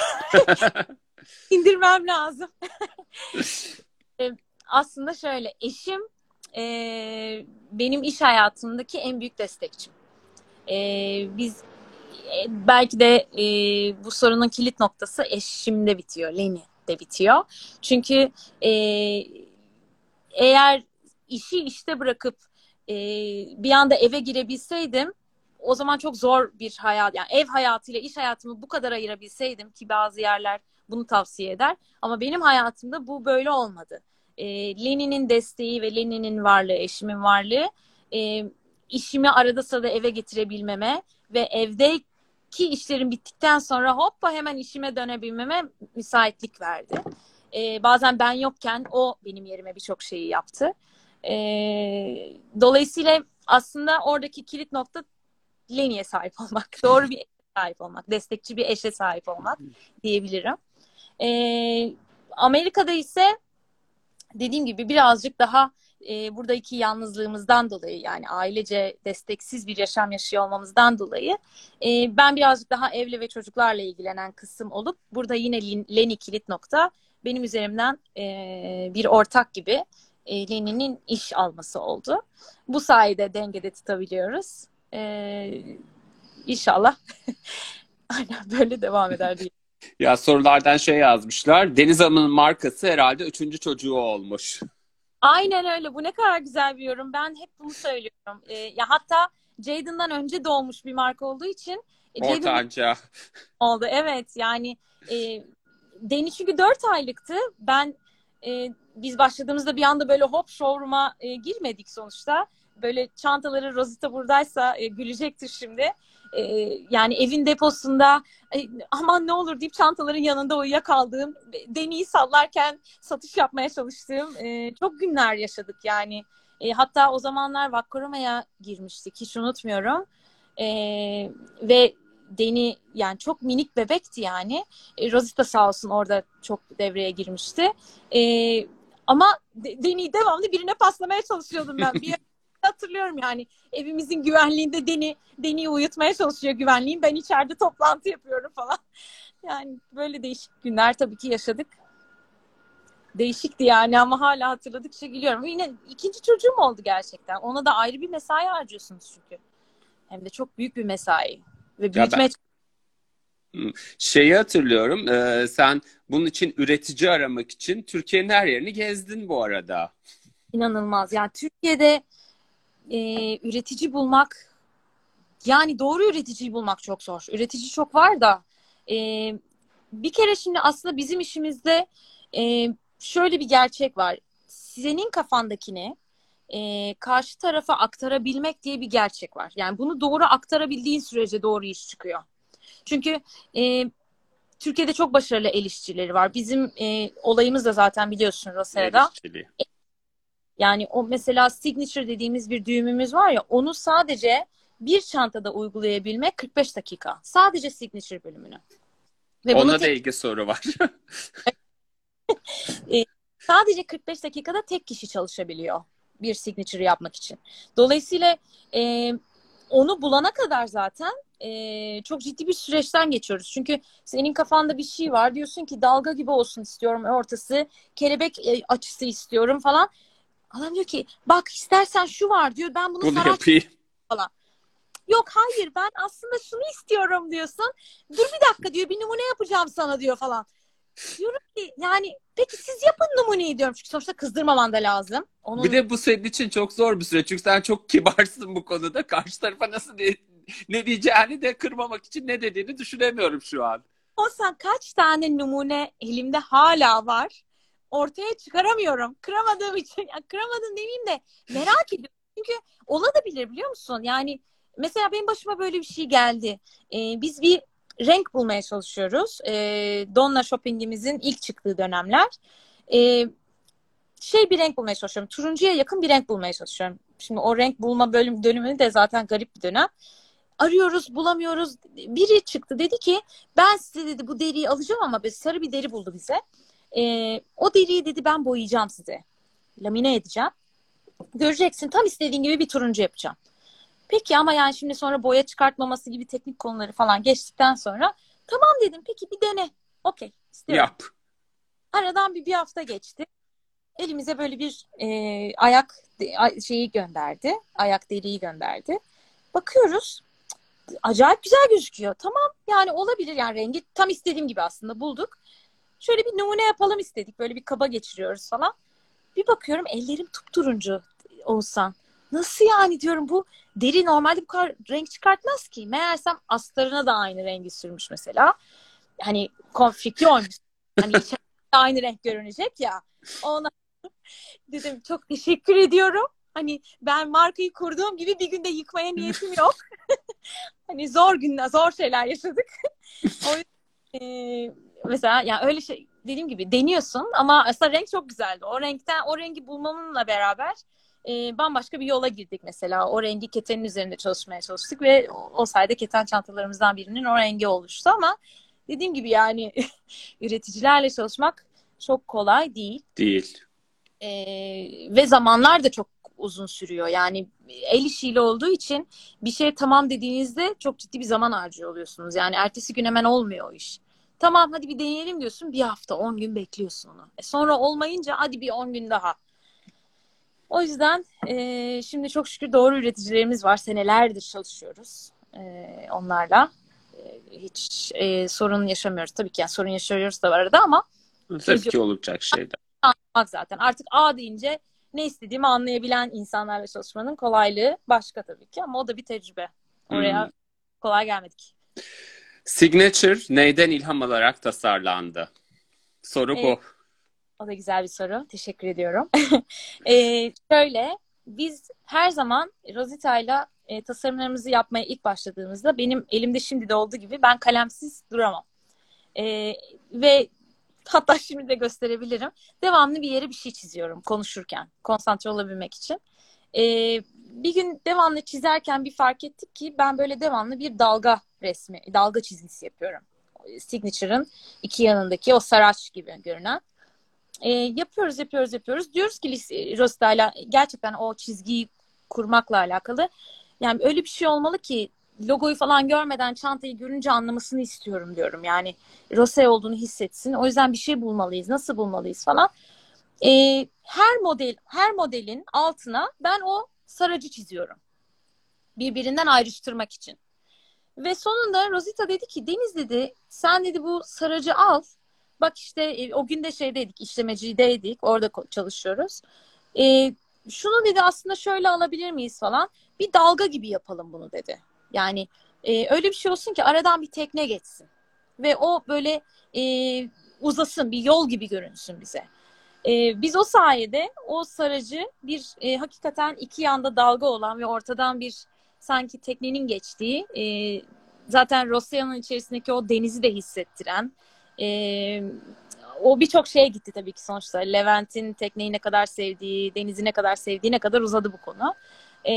İndirmem lazım. E, aslında şöyle, eşim e, benim iş hayatımdaki en büyük destekçim. E, biz e, belki de e, bu sorunun kilit noktası eşimde bitiyor, Leni'de bitiyor. Çünkü e, eğer işi işte bırakıp e, bir anda eve girebilseydim, o zaman çok zor bir hayat, yani ev hayatıyla iş hayatımı bu kadar ayırabilseydim, ki bazı yerler bunu tavsiye eder ama benim hayatımda bu böyle olmadı. E, Leni'nin desteği ve Leni'nin varlığı, eşimin varlığı e, işimi arada sırada eve getirebilmeme ve evdeki işlerim bittikten sonra hoppa hemen işime dönebilmeme müsaitlik verdi. E, bazen ben yokken o benim yerime birçok şeyi yaptı. E, dolayısıyla aslında oradaki kilit nokta Leni'ye sahip olmak. Doğru bir eşe sahip olmak. Destekçi bir eşe sahip olmak diyebilirim. E, Amerika'da ise dediğim gibi birazcık daha e, buradaki yalnızlığımızdan dolayı, yani ailece desteksiz bir yaşam yaşıyor olmamızdan dolayı e, ben birazcık daha evle ve çocuklarla ilgilenen kısım olup burada yine Leni kilit nokta benim üzerimden e, bir ortak gibi e, Leni'nin iş alması oldu. Bu sayede dengede tutabiliyoruz. E, İnşallah aynen böyle devam eder diye. Ya sorulardan şey yazmışlar. Deniz Hanım'ın markası herhalde üçüncü çocuğu olmuş. Aynen öyle. Bu ne kadar güzel bir yorum. Ben hep bunu söylüyorum. Ee, ya hatta Jayden'dan önce doğmuş bir marka olduğu için e, Jayden Ortanca. oldu. Evet, yani e, Deni çünkü dört aylıktı. Ben e, biz başladığımızda bir anda böyle hop showroom'a e, girmedik sonuçta. Böyle çantaları, Rosita buradaysa e, gülecektir şimdi. E, yani evin deposunda e, aman ne olur deyip çantaların yanında uyuyakaldığım, Deni'yi sallarken satış yapmaya çalıştığım e, çok günler yaşadık yani. E, hatta o zamanlar Vakkoroma'ya girmiştik, hiç unutmuyorum. E, ve Deni yani çok minik bebekti yani. E, Rosita sağ olsun orada çok devreye girmişti. E, ama de, Deni'yi devamlı birine paslamaya çalışıyordum ben. Bir hatırlıyorum yani, evimizin güvenliğinde Deni Deni'yi uyutmaya çalışıyor güvenliğim. Ben içeride toplantı yapıyorum falan. Yani böyle değişik günler tabii ki yaşadık. Değişikti yani ama hala hatırladıkça gülüyorum. Yine ikinci çocuğum oldu gerçekten. Ona da ayrı bir mesai harcıyorsunuz çünkü. Hem de çok büyük bir mesai. Ve Ya ben büyütmeye şeyi hatırlıyorum. E, sen bunun için üretici aramak için Türkiye'nin her yerini gezdin bu arada. inanılmaz. Yani Türkiye'de e, üretici bulmak, yani doğru üreticiyi bulmak çok zor. Üretici çok var da e, bir kere şimdi aslında bizim işimizde e, şöyle bir gerçek var. Senin kafandakini e, karşı tarafa aktarabilmek diye bir gerçek var. Yani bunu doğru aktarabildiğin sürece doğru iş çıkıyor. Çünkü e, Türkiye'de çok başarılı el işçileri var. Bizim e, olayımız da zaten biliyorsun El Rosera'da. işçiliği. Yani o mesela signature dediğimiz bir düğümümüz var ya, onu sadece bir çantada uygulayabilmek kırk beş dakika. Sadece signature bölümünü. Ve bunu Onunla da tek, ilgili soru var. e, sadece kırk beş dakikada tek kişi çalışabiliyor bir signature yapmak için. Dolayısıyla e, onu bulana kadar zaten e, çok ciddi bir süreçten geçiyoruz. Çünkü senin kafanda bir şey var. Diyorsun ki dalga gibi olsun istiyorum ortası. Kelebek e, açısı istiyorum falan. Adam diyor ki bak istersen şu var diyor. Ben bunu Bunu saray yapayım. falan. Yok hayır ben aslında şunu istiyorum diyorsun. Dur bir dakika diyor bir numune yapacağım sana diyor falan. Diyorum ki yani peki siz yapın numuneyi diyorum. Çünkü sonuçta kızdırmaman da lazım. Bir Onun de bu senin için çok zor bir süreç. Çünkü sen çok kibarsın bu konuda. Karşı tarafa nasıl ne, ne diyeceğini de kırmamak için ne dediğini düşünemiyorum şu an. o sen kaç tane numune elimde hala var. Ortaya çıkaramıyorum. Kıramadığım için. Ya kıramadım demeyeyim de merak ediyorum. Çünkü olabilir biliyor musun? Yani mesela benim başıma böyle bir şey geldi. Ee, biz bir renk bulmaya çalışıyoruz. Ee, Donna Shopping'imizin ilk çıktığı dönemler. Ee, şey bir renk bulmaya çalışıyorum. Turuncuya yakın bir renk bulmaya çalışıyorum. Şimdi o renk bulma bölüm dönümü de zaten garip bir dönem. Arıyoruz, bulamıyoruz. Biri çıktı dedi ki ben size dedi bu deriyi alacağım ama böyle sarı bir deri buldu bize. Ee, o deriyi dedi ben boyayacağım size. Lamine edeceğim. Göreceksin tam istediğin gibi bir turuncu yapacağım. Peki ama yani şimdi sonra boya çıkartmaması gibi teknik konuları falan geçtikten sonra tamam dedim peki bir dene. Okey istiyorum. Yap. Aradan bir, bir hafta geçti. Elimize böyle bir e, ayak de- şeyi gönderdi. Ayak deriyi gönderdi. Bakıyoruz. Acayip güzel gözüküyor. Tamam yani olabilir yani rengi tam istediğim gibi aslında bulduk. Şöyle bir numune yapalım istedik. Böyle bir kaba geçiriyoruz falan. Bir bakıyorum ellerim turuncu Oğuzhan. Nasıl yani diyorum bu deri normalde bu kadar renk çıkartmaz ki. Meğersem astarına da aynı rengi sürmüş mesela. Hani konflikli olmuş. Hani içeride aynı renk görünecek ya. Ona dedim çok teşekkür ediyorum. Hani ben markayı kurduğum gibi bir günde yıkmaya niyetim yok. Hani zor günler, zor şeyler yaşadık. O yüzden, e, mesela yani öyle şey dediğim gibi deniyorsun ama aslında renk çok güzeldi. O renkten o rengi bulmamınla beraber e, bambaşka bir yola girdik mesela. O rengi ketenin üzerinde çalışmaya çalıştık ve o, o sayede keten çantalarımızdan birinin o rengi oluştu ama dediğim gibi yani üreticilerle çalışmak çok kolay değil. Değil. E, ve zamanlar da çok uzun sürüyor. Yani el işiyle olduğu için bir şey tamam dediğinizde çok ciddi bir zaman harcıyor oluyorsunuz. Yani ertesi gün hemen olmuyor o iş. Tamam hadi bir deneyelim diyorsun. Bir hafta on gün bekliyorsun onu. E sonra olmayınca hadi bir on gün daha. O yüzden e, şimdi çok şükür doğru üreticilerimiz var. Senelerdir çalışıyoruz e, onlarla. E, hiç e, sorun yaşamıyoruz. Tabii ki yani sorun yaşıyoruz da var arada ama Tabii ki olacak şeyler. anlamak zaten. Artık A deyince ne istediğimi anlayabilen insanlarla çalışmanın kolaylığı başka tabii ki ama o da bir tecrübe. Hmm. Oraya kolay gelmedik. Signature neyden ilham alarak tasarlandı? Soru Ee, bu. o da güzel bir soru. Teşekkür ediyorum. ee, şöyle, biz her zaman Rosita'yla e, tasarımlarımızı yapmaya ilk başladığımızda benim elimde şimdi de olduğu gibi ben kalemsiz duramam. Ee, ve hatta şimdi de gösterebilirim. Devamlı bir yere bir şey çiziyorum konuşurken, konsantre olabilmek için. Ee, bir gün devamlı çizerken bir fark ettik ki ben böyle devamlı bir dalga resmi, dalga çizgisi yapıyorum. Signature'ın iki yanındaki o saraç gibi görünen. Ee, yapıyoruz, yapıyoruz, yapıyoruz. Diyoruz ki Rosta'yla gerçekten o çizgiyi kurmakla alakalı. Yani öyle bir şey olmalı ki logoyu falan görmeden çantayı görünce anlamasını istiyorum diyorum. Yani Rose olduğunu hissetsin. O yüzden bir şey bulmalıyız. Nasıl bulmalıyız falan. Ee, her model, her modelin altına ben o saracı çiziyorum. Birbirinden ayrıştırmak için. Ve sonunda Rosita dedi ki Deniz dedi sen dedi bu saracı al. Bak işte e, o gün de şeydeydik işlemecideydik orada çalışıyoruz. E, şunu dedi aslında şöyle alabilir miyiz falan. Bir dalga gibi yapalım bunu dedi. Yani e, öyle bir şey olsun ki aradan bir tekne geçsin. Ve o böyle e, uzasın bir yol gibi görünsün bize. E, biz o sayede o saracı bir e, hakikaten iki yanda dalga olan ve ortadan bir sanki teknenin geçtiği e, zaten Rosya'nın içerisindeki o denizi de hissettiren e, o birçok şeye gitti tabii ki sonuçta. Levent'in tekneyi ne kadar sevdiği, denizi ne kadar sevdiğine kadar uzadı bu konu. E,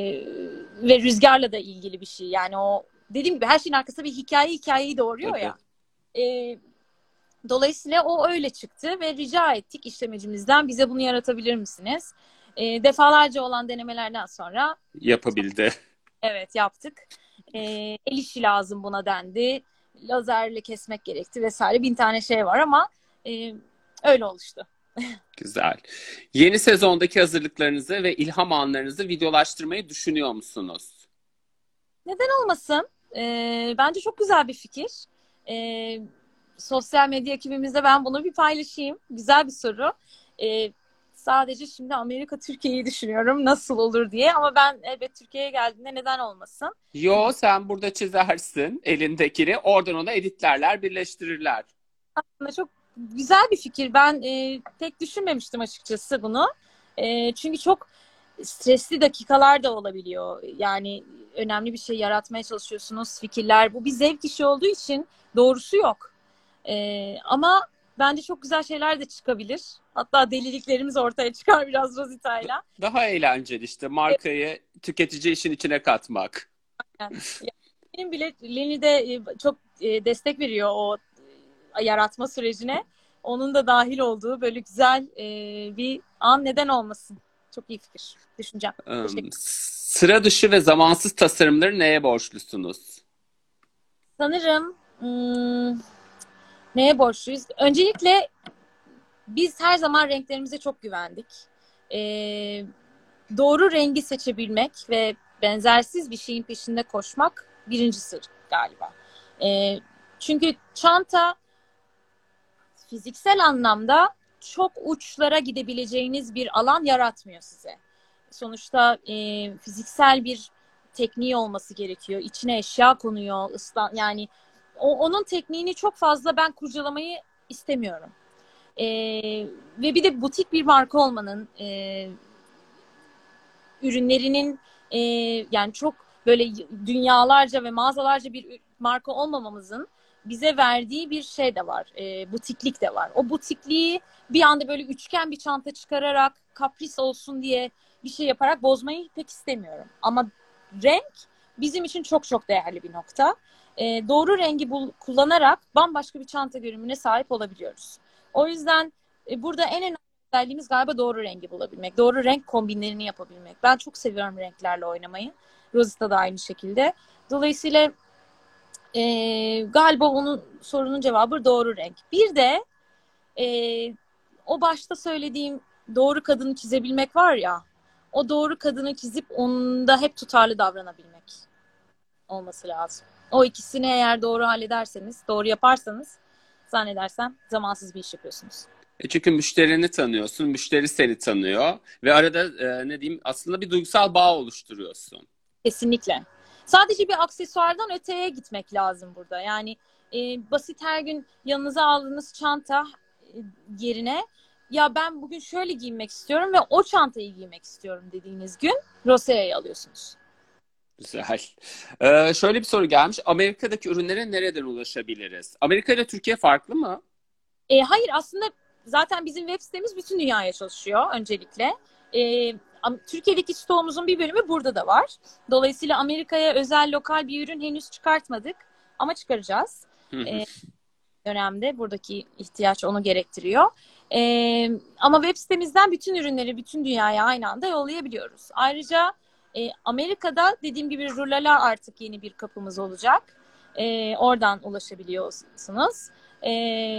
ve rüzgarla da ilgili bir şey. Yani o dediğim gibi her şeyin arkasında bir hikaye hikayeyi doğuruyor Tabii. ya. E, Dolayısıyla o öyle çıktı ve rica ettik işlemecimizden bize bunu yaratabilir misiniz? E, defalarca olan denemelerden sonra Yapabildi. evet yaptık. E, el işi lazım buna dendi. Lazerle kesmek gerekti vesaire. Bin tane şey var ama e, öyle oluştu. Güzel. Yeni sezondaki hazırlıklarınızı ve ilham anlarınızı videolaştırmayı düşünüyor musunuz? Neden olmasın? Ee, bence çok güzel bir fikir. Ee, Sosyal medya ekibimizde ben bunu bir paylaşayım. Güzel bir soru. Ee, Sadece şimdi Amerika Türkiye'yi düşünüyorum nasıl olur diye, ama ben elbet Türkiye'ye geldiğinde neden olmasın? Yo, sen burada çizersin elindekini, oradan ona editlerler, birleştirirler. Aslında çok güzel bir fikir. Ben e, pek düşünmemiştim açıkçası bunu. E, çünkü çok stresli dakikalar da olabiliyor. Yani önemli bir şey yaratmaya çalışıyorsunuz, fikirler. Bu bir zevk işi olduğu için doğrusu yok. E, ama bence çok güzel şeyler de çıkabilir. Hatta deliliklerimiz ortaya çıkar biraz Rosita'yla. Daha eğlenceli işte, markayı tüketici işin içine katmak. Yani, benim bile Leni de e, çok e, destek veriyor o e, yaratma sürecine. Onun da dahil olduğu böyle güzel e, bir an, neden olmasın? Çok iyi fikir. Düşüneceğim. Im, Teşekkür. Sıra dışı ve zamansız tasarımları neye borçlusunuz? Sanırım hmm, neye borçluyuz? Öncelikle biz her zaman renklerimize çok güvendik. E, Doğru rengi seçebilmek ve benzersiz bir şeyin peşinde koşmak birinci sır galiba. E, Çünkü çanta fiziksel anlamda çok uçlara gidebileceğiniz bir alan yaratmıyor size. Sonuçta e, fiziksel bir tekniği olması gerekiyor. İçine eşya konuyor, ıslan yani o, onun tekniğini çok fazla ben kurcalamayı istemiyorum. E, Ve bir de butik bir marka olmanın, e, ürünlerinin e, yani çok böyle dünyalarca ve mağazalarca bir marka olmamamızın bize verdiği bir şey de var. E, butiklik de var. O butikliği bir anda böyle üçgen bir çanta çıkararak, kapris olsun diye bir şey yaparak bozmayı pek istemiyorum. Ama renk bizim için çok çok değerli bir nokta. E, doğru rengi bul- kullanarak bambaşka bir çanta görünümüne sahip olabiliyoruz. O yüzden e, burada en önemli özelliğimiz galiba doğru rengi bulabilmek. Doğru renk kombinlerini yapabilmek. Ben çok seviyorum renklerle oynamayı. Rosita da aynı şekilde. Dolayısıyla e, galiba onun sorunun cevabı doğru renk. Bir de e, o başta söylediğim doğru kadını çizebilmek var ya, o doğru kadını çizip onda hep tutarlı davranabilmek olması lazım. O ikisini eğer doğru hallederseniz, doğru yaparsanız zannedersem zamansız bir iş yapıyorsunuz. E çünkü müşterini tanıyorsun, müşteri seni tanıyor ve arada e, ne diyeyim, aslında bir duygusal bağ oluşturuyorsun. Kesinlikle. Sadece bir aksesuardan öteye gitmek lazım burada. Yani e, basit her gün yanınıza aldığınız çanta e, yerine, ya ben bugün şöyle giyinmek istiyorum ve o çantayı giymek istiyorum dediğiniz gün Rosea'yı alıyorsunuz. Güzel. Ee, şöyle bir soru gelmiş. Amerika'daki ürünlere nereden ulaşabiliriz? Amerika ile Türkiye farklı mı? E, hayır, aslında zaten bizim web sitemiz bütün dünyaya çalışıyor öncelikle. E, Türkiye'deki stoğumuzun bir bölümü burada da var. Dolayısıyla Amerika'ya özel lokal bir ürün henüz çıkartmadık ama çıkaracağız. Hı hı. E, Dönemde buradaki ihtiyaç onu gerektiriyor. E, ama web sitemizden bütün ürünleri bütün dünyaya aynı anda yollayabiliyoruz. Ayrıca e, Amerika'da dediğim gibi Rulala artık yeni bir kapımız olacak. E, oradan ulaşabiliyorsunuz. E,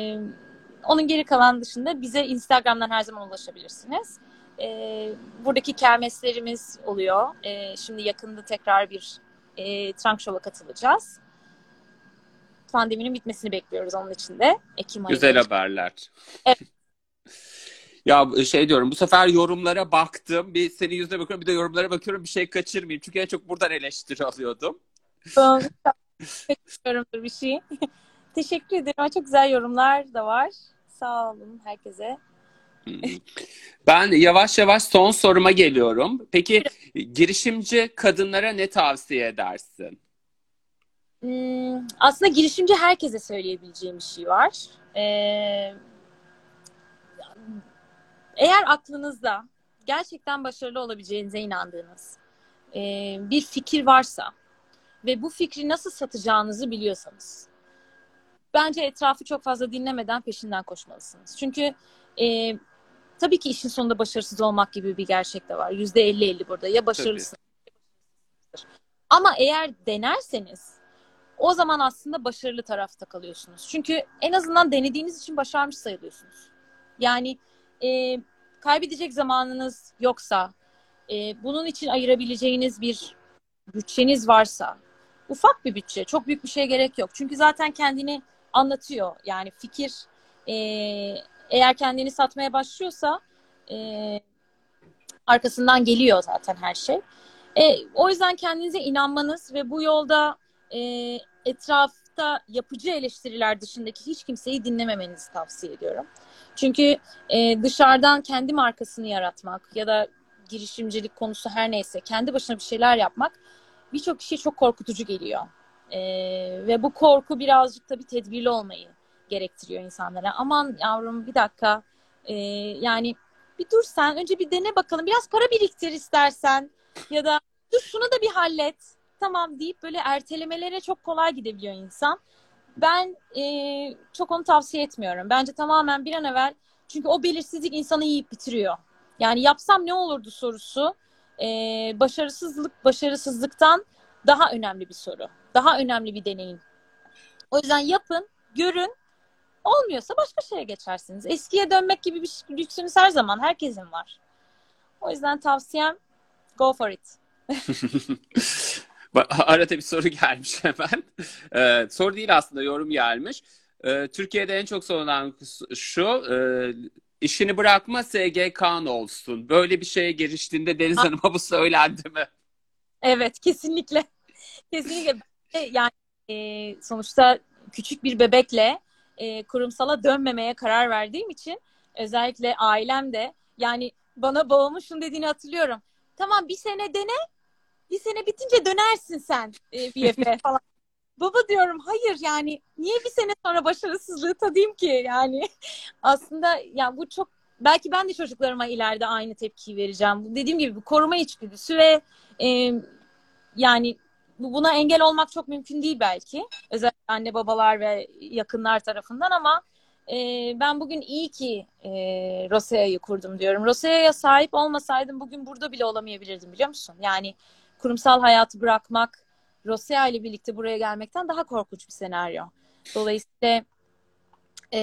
Onun geri kalan dışında bize Instagram'dan her zaman ulaşabilirsiniz. E, Buradaki kermeslerimiz oluyor. E, şimdi yakında tekrar bir e, trunk show'a katılacağız. Pandeminin bitmesini bekliyoruz onun için de. Ekim ayında Güzel olacak. haberler. Evet. Ya şey diyorum, bu sefer yorumlara baktım. Bir senin yüzüne bakıyorum, bir de yorumlara bakıyorum, bir şey kaçırmayayım. Çünkü en çok buradan eleştiri alıyordum. Kaçırıyorumdur bir şey. Teşekkür ederim. Çok güzel yorumlar da var. Sağ olun herkese. Hı hı. Ben yavaş yavaş son soruma geliyorum. Peki girişimci kadınlara ne tavsiye edersin? Hmm, aslında girişimci herkese söyleyebileceğim bir şey var. Ee, Eğer aklınızda gerçekten başarılı olabileceğinize inandığınız e, bir fikir varsa ve bu fikri nasıl satacağınızı biliyorsanız, bence etrafı çok fazla dinlemeden peşinden koşmalısınız. Çünkü e, tabii ki işin sonunda başarısız olmak gibi bir gerçek de var. Yüzde elli elli burada. Ya Tabii. başarılısınız. Ama eğer denerseniz o zaman aslında başarılı tarafta kalıyorsunuz. Çünkü en azından denediğiniz için başarmış sayılıyorsunuz. Yani e, kaybedecek zamanınız yoksa, e, bunun için ayırabileceğiniz bir bütçeniz varsa ufak bir bütçe. Çok büyük bir şeye gerek yok. Çünkü zaten kendini anlatıyor. Yani fikir e, eğer kendini satmaya başlıyorsa e, arkasından geliyor zaten her şey. E, o yüzden kendinize inanmanız ve bu yolda e, etrafta yapıcı eleştiriler dışındaki hiç kimseyi dinlememenizi tavsiye ediyorum. Çünkü e, dışarıdan kendi markasını yaratmak ya da girişimcilik konusu her neyse kendi başına bir şeyler yapmak birçok kişiye çok korkutucu geliyor. E, ve bu korku birazcık tabii tedbirli olmayı gerektiriyor insanlara. Aman yavrum bir dakika e, yani bir dur sen önce bir dene bakalım biraz para biriktir istersen ya da dur şunu da bir hallet tamam deyip böyle ertelemelere çok kolay gidebiliyor insan. Ben e, çok onu tavsiye etmiyorum. Bence tamamen bir an evvel çünkü o belirsizlik insanı yiyip bitiriyor. Yani yapsam ne olurdu sorusu e, başarısızlık başarısızlıktan daha önemli bir soru. Daha önemli bir deneyim. O yüzden yapın, görün. Olmuyorsa başka şeye geçersiniz. Eskiye dönmek gibi bir lüksünüz her zaman herkesin var. O yüzden tavsiyem go for it. Bak, arada bir soru gelmiş hemen. Ee, soru değil aslında, yorum gelmiş. Ee, Türkiye'de en çok sorulan şu, e, işini bırakma S G K'n olsun. Böyle bir şeye giriştiğinde Deniz Hanım'a bu söylendi mi? Evet, kesinlikle. Kesinlikle. Yani e, sonuçta küçük bir bebekle e, kurumsala dönmemeye karar verdiğim için özellikle ailem de yani bana babamın şunu dediğini hatırlıyorum. Tamam bir sene dene, bir sene bitince dönersin sen e, B F'e falan. Baba diyorum hayır yani niye bir sene sonra başarısızlığı tadayım ki yani aslında yani bu çok belki ben de çocuklarıma ileride aynı tepkiyi vereceğim. Dediğim gibi bu koruma içgüdüsü ve e, yani buna engel olmak çok mümkün değil belki. Özellikle anne babalar ve yakınlar tarafından ama e, ben bugün iyi ki e, Rosea'yı kurdum diyorum. Rosea'ya sahip olmasaydım bugün burada bile olamayabilirdim biliyor musun? Yani kurumsal hayatı bırakmak, Rosea ile birlikte buraya gelmekten daha korkunç bir senaryo. Dolayısıyla e,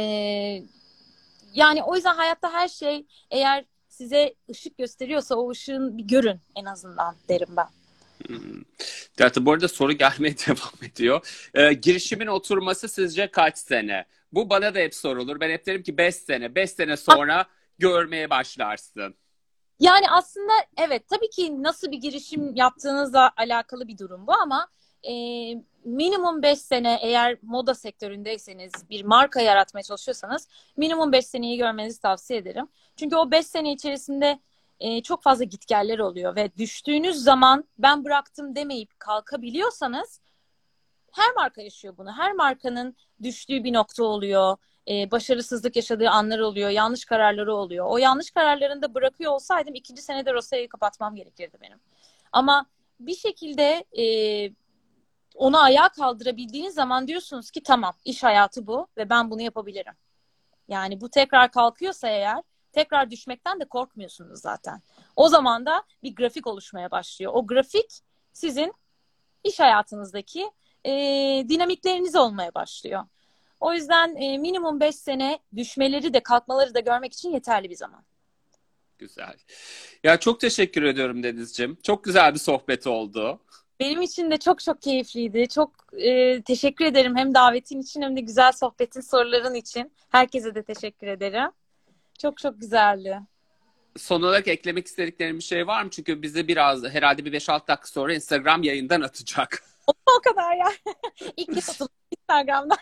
yani o yüzden hayatta her şey eğer size ışık gösteriyorsa o ışığın bir görün en azından derim ben. Hmm. Zaten bu arada soru gelmeye devam ediyor. Ee, girişimin oturması sizce kaç sene? Bu bana da hep sorulur. Ben hep derim ki beş sene. Beş sene sonra görmeye başlarsın. Yani aslında evet tabii ki nasıl bir girişim yaptığınızla alakalı bir durum bu ama e, minimum beş sene eğer moda sektöründeyseniz bir marka yaratmaya çalışıyorsanız minimum beş seneyi görmenizi tavsiye ederim. Çünkü o beş sene içerisinde e, çok fazla gitgeller oluyor ve düştüğünüz zaman ben bıraktım demeyip kalkabiliyorsanız her marka yaşıyor bunu. Her markanın düştüğü bir nokta oluyor. Ee, başarısızlık yaşadığı anlar oluyor. Yanlış kararları oluyor. O yanlış kararlarını da bırakıyor olsaydım ikinci senede Rosea'yı kapatmam gerekirdi benim. Ama bir şekilde e, onu ayağa kaldırabildiğiniz zaman diyorsunuz ki tamam iş hayatı bu ve ben bunu yapabilirim. Yani bu tekrar kalkıyorsa eğer tekrar düşmekten de korkmuyorsunuz zaten. O zaman da bir grafik oluşmaya başlıyor. O grafik sizin iş hayatınızdaki e, dinamikleriniz olmaya başlıyor. O yüzden e, minimum beş sene düşmeleri de kalkmaları da görmek için yeterli bir zaman. Güzel. Ya çok teşekkür ediyorum Denizciğim. Çok güzel bir sohbet oldu. Benim için de çok çok keyifliydi. Çok e, teşekkür ederim hem davetin için hem de güzel sohbetin, soruların için. Herkese de teşekkür ederim. Çok çok güzeldi. Son olarak eklemek istediklerim bir şey var mı? Çünkü bizi biraz herhalde bir beş altı dakika sonra Instagram yayından atacak. O kadar ya. İlk kez atıldım Instagram'dan.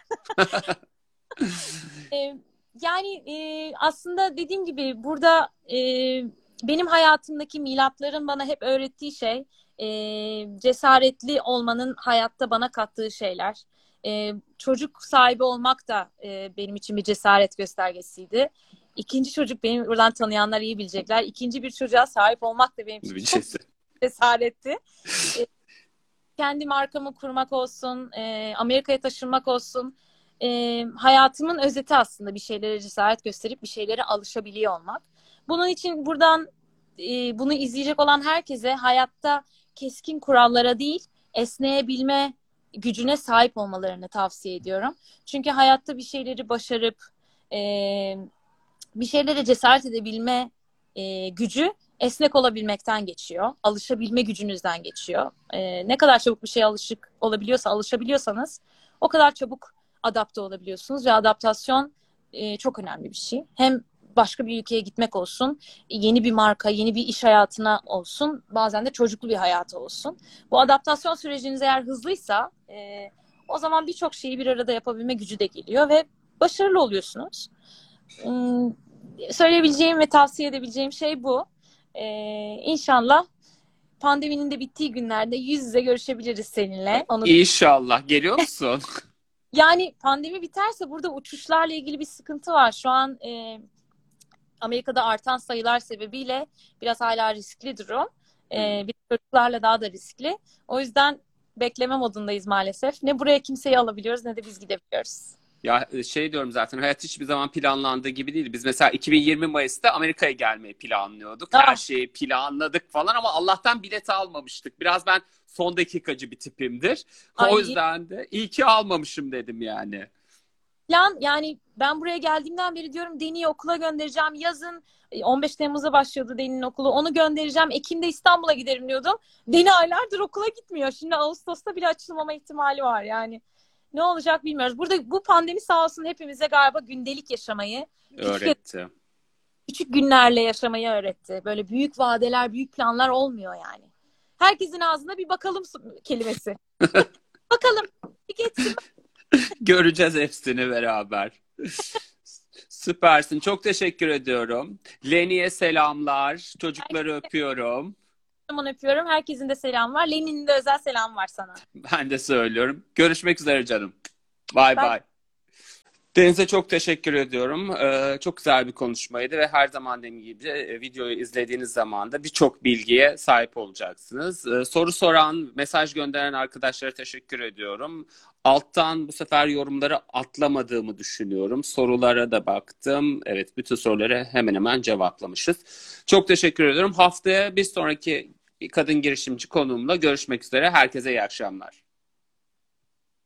E, yani e, aslında dediğim gibi burada e, benim hayatımdaki milatların bana hep öğrettiği şey e, cesaretli olmanın hayatta bana kattığı şeyler. E, çocuk sahibi olmak da e, benim için bir cesaret göstergesiydi. İkinci çocuk benim buradan tanıyanlar iyi bilecekler. İkinci bir çocuğa sahip olmak da benim için Bir çok şey cesaretti. E, kendi markamı kurmak olsun, e, Amerika'ya taşınmak olsun. E, hayatımın özeti aslında bir şeylere cesaret gösterip bir şeylere alışabiliyor olmak. Bunun için buradan e, bunu izleyecek olan herkese hayatta keskin kurallara değil, esneyebilme gücüne sahip olmalarını tavsiye ediyorum. Çünkü hayatta bir şeyleri başarıp e, bir şeylere cesaret edebilme e, gücü esnek olabilmekten geçiyor. Alışabilme gücünüzden geçiyor. Ee, ne kadar çabuk bir şeye alışık olabiliyorsa, alışabiliyorsanız o kadar çabuk adapte olabiliyorsunuz ve adaptasyon e, çok önemli bir şey. Hem başka bir ülkeye gitmek olsun, yeni bir marka, yeni bir iş hayatına olsun, bazen de çocuklu bir hayata olsun. Bu adaptasyon süreciniz eğer hızlıysa e, o zaman birçok şeyi bir arada yapabilme gücü de geliyor ve başarılı oluyorsunuz. Hmm, Söyleyebileceğim ve tavsiye edebileceğim şey bu. Ee, İnşallah pandeminin de bittiği günlerde yüz yüze görüşebiliriz seninle. Onu İnşallah. Geliyor musun? yani pandemi biterse burada uçuşlarla ilgili bir sıkıntı var. Şu an e, Amerika'da artan sayılar sebebiyle biraz hala riskli durum. E, bir çocuklarla daha da riskli. O yüzden bekleme modundayız maalesef. Ne buraya kimseyi alabiliyoruz ne de biz gidebiliyoruz. Ya şey diyorum zaten hayat hiçbir zaman planlandığı gibi değil. Biz mesela iki bin yirmi Mayıs'ta Amerika'ya gelmeyi planlıyorduk. Her Ah, şeyi planladık falan ama Allah'tan bilet almamıştık. Biraz ben son dakikacı bir tipimdir. O ay yüzden de iyi ki almamışım dedim yani. plan yani ben buraya geldiğimden beri diyorum Deni'yi okula göndereceğim. Yazın e, on beş Temmuz'da başlıyordu Deni'nin okulu. Onu göndereceğim. Ekim'de İstanbul'a giderim diyordum. Deni aylardır okula gitmiyor. Şimdi Ağustos'ta bile açılmama ihtimali var. Yani ne olacak bilmiyoruz. Burada bu pandemi sağ olsun hepimize galiba gündelik yaşamayı, küçük Öğretti. küçük günlerle yaşamayı öğretti. Böyle büyük vadeler, büyük planlar olmuyor yani. Herkesin ağzına bir bakalım kelimesi. Bakalım. Bir geçsin. Göreceğiz hepsini beraber. Süpersin. Çok teşekkür ediyorum. Leni'ye selamlar. Çocukları öpüyorum. Kocaman öpüyorum. Herkesin de selam var. Lenin'in de özel selam var sana. Ben de söylüyorum. Görüşmek üzere canım. Bay Bye. bay. Deniz'e çok teşekkür ediyorum. Ee, çok güzel bir konuşmaydı ve her zaman dediğim gibi e, videoyu izlediğiniz zaman da birçok bilgiye sahip olacaksınız. Ee, soru soran, mesaj gönderen arkadaşlara teşekkür ediyorum. Alttan bu sefer yorumları atlamadığımı düşünüyorum. Sorulara da baktım. Evet, bütün soruları hemen hemen cevaplamışız. Çok teşekkür ediyorum. Haftaya bir sonraki kadın girişimci konuğumla görüşmek üzere. Herkese iyi akşamlar.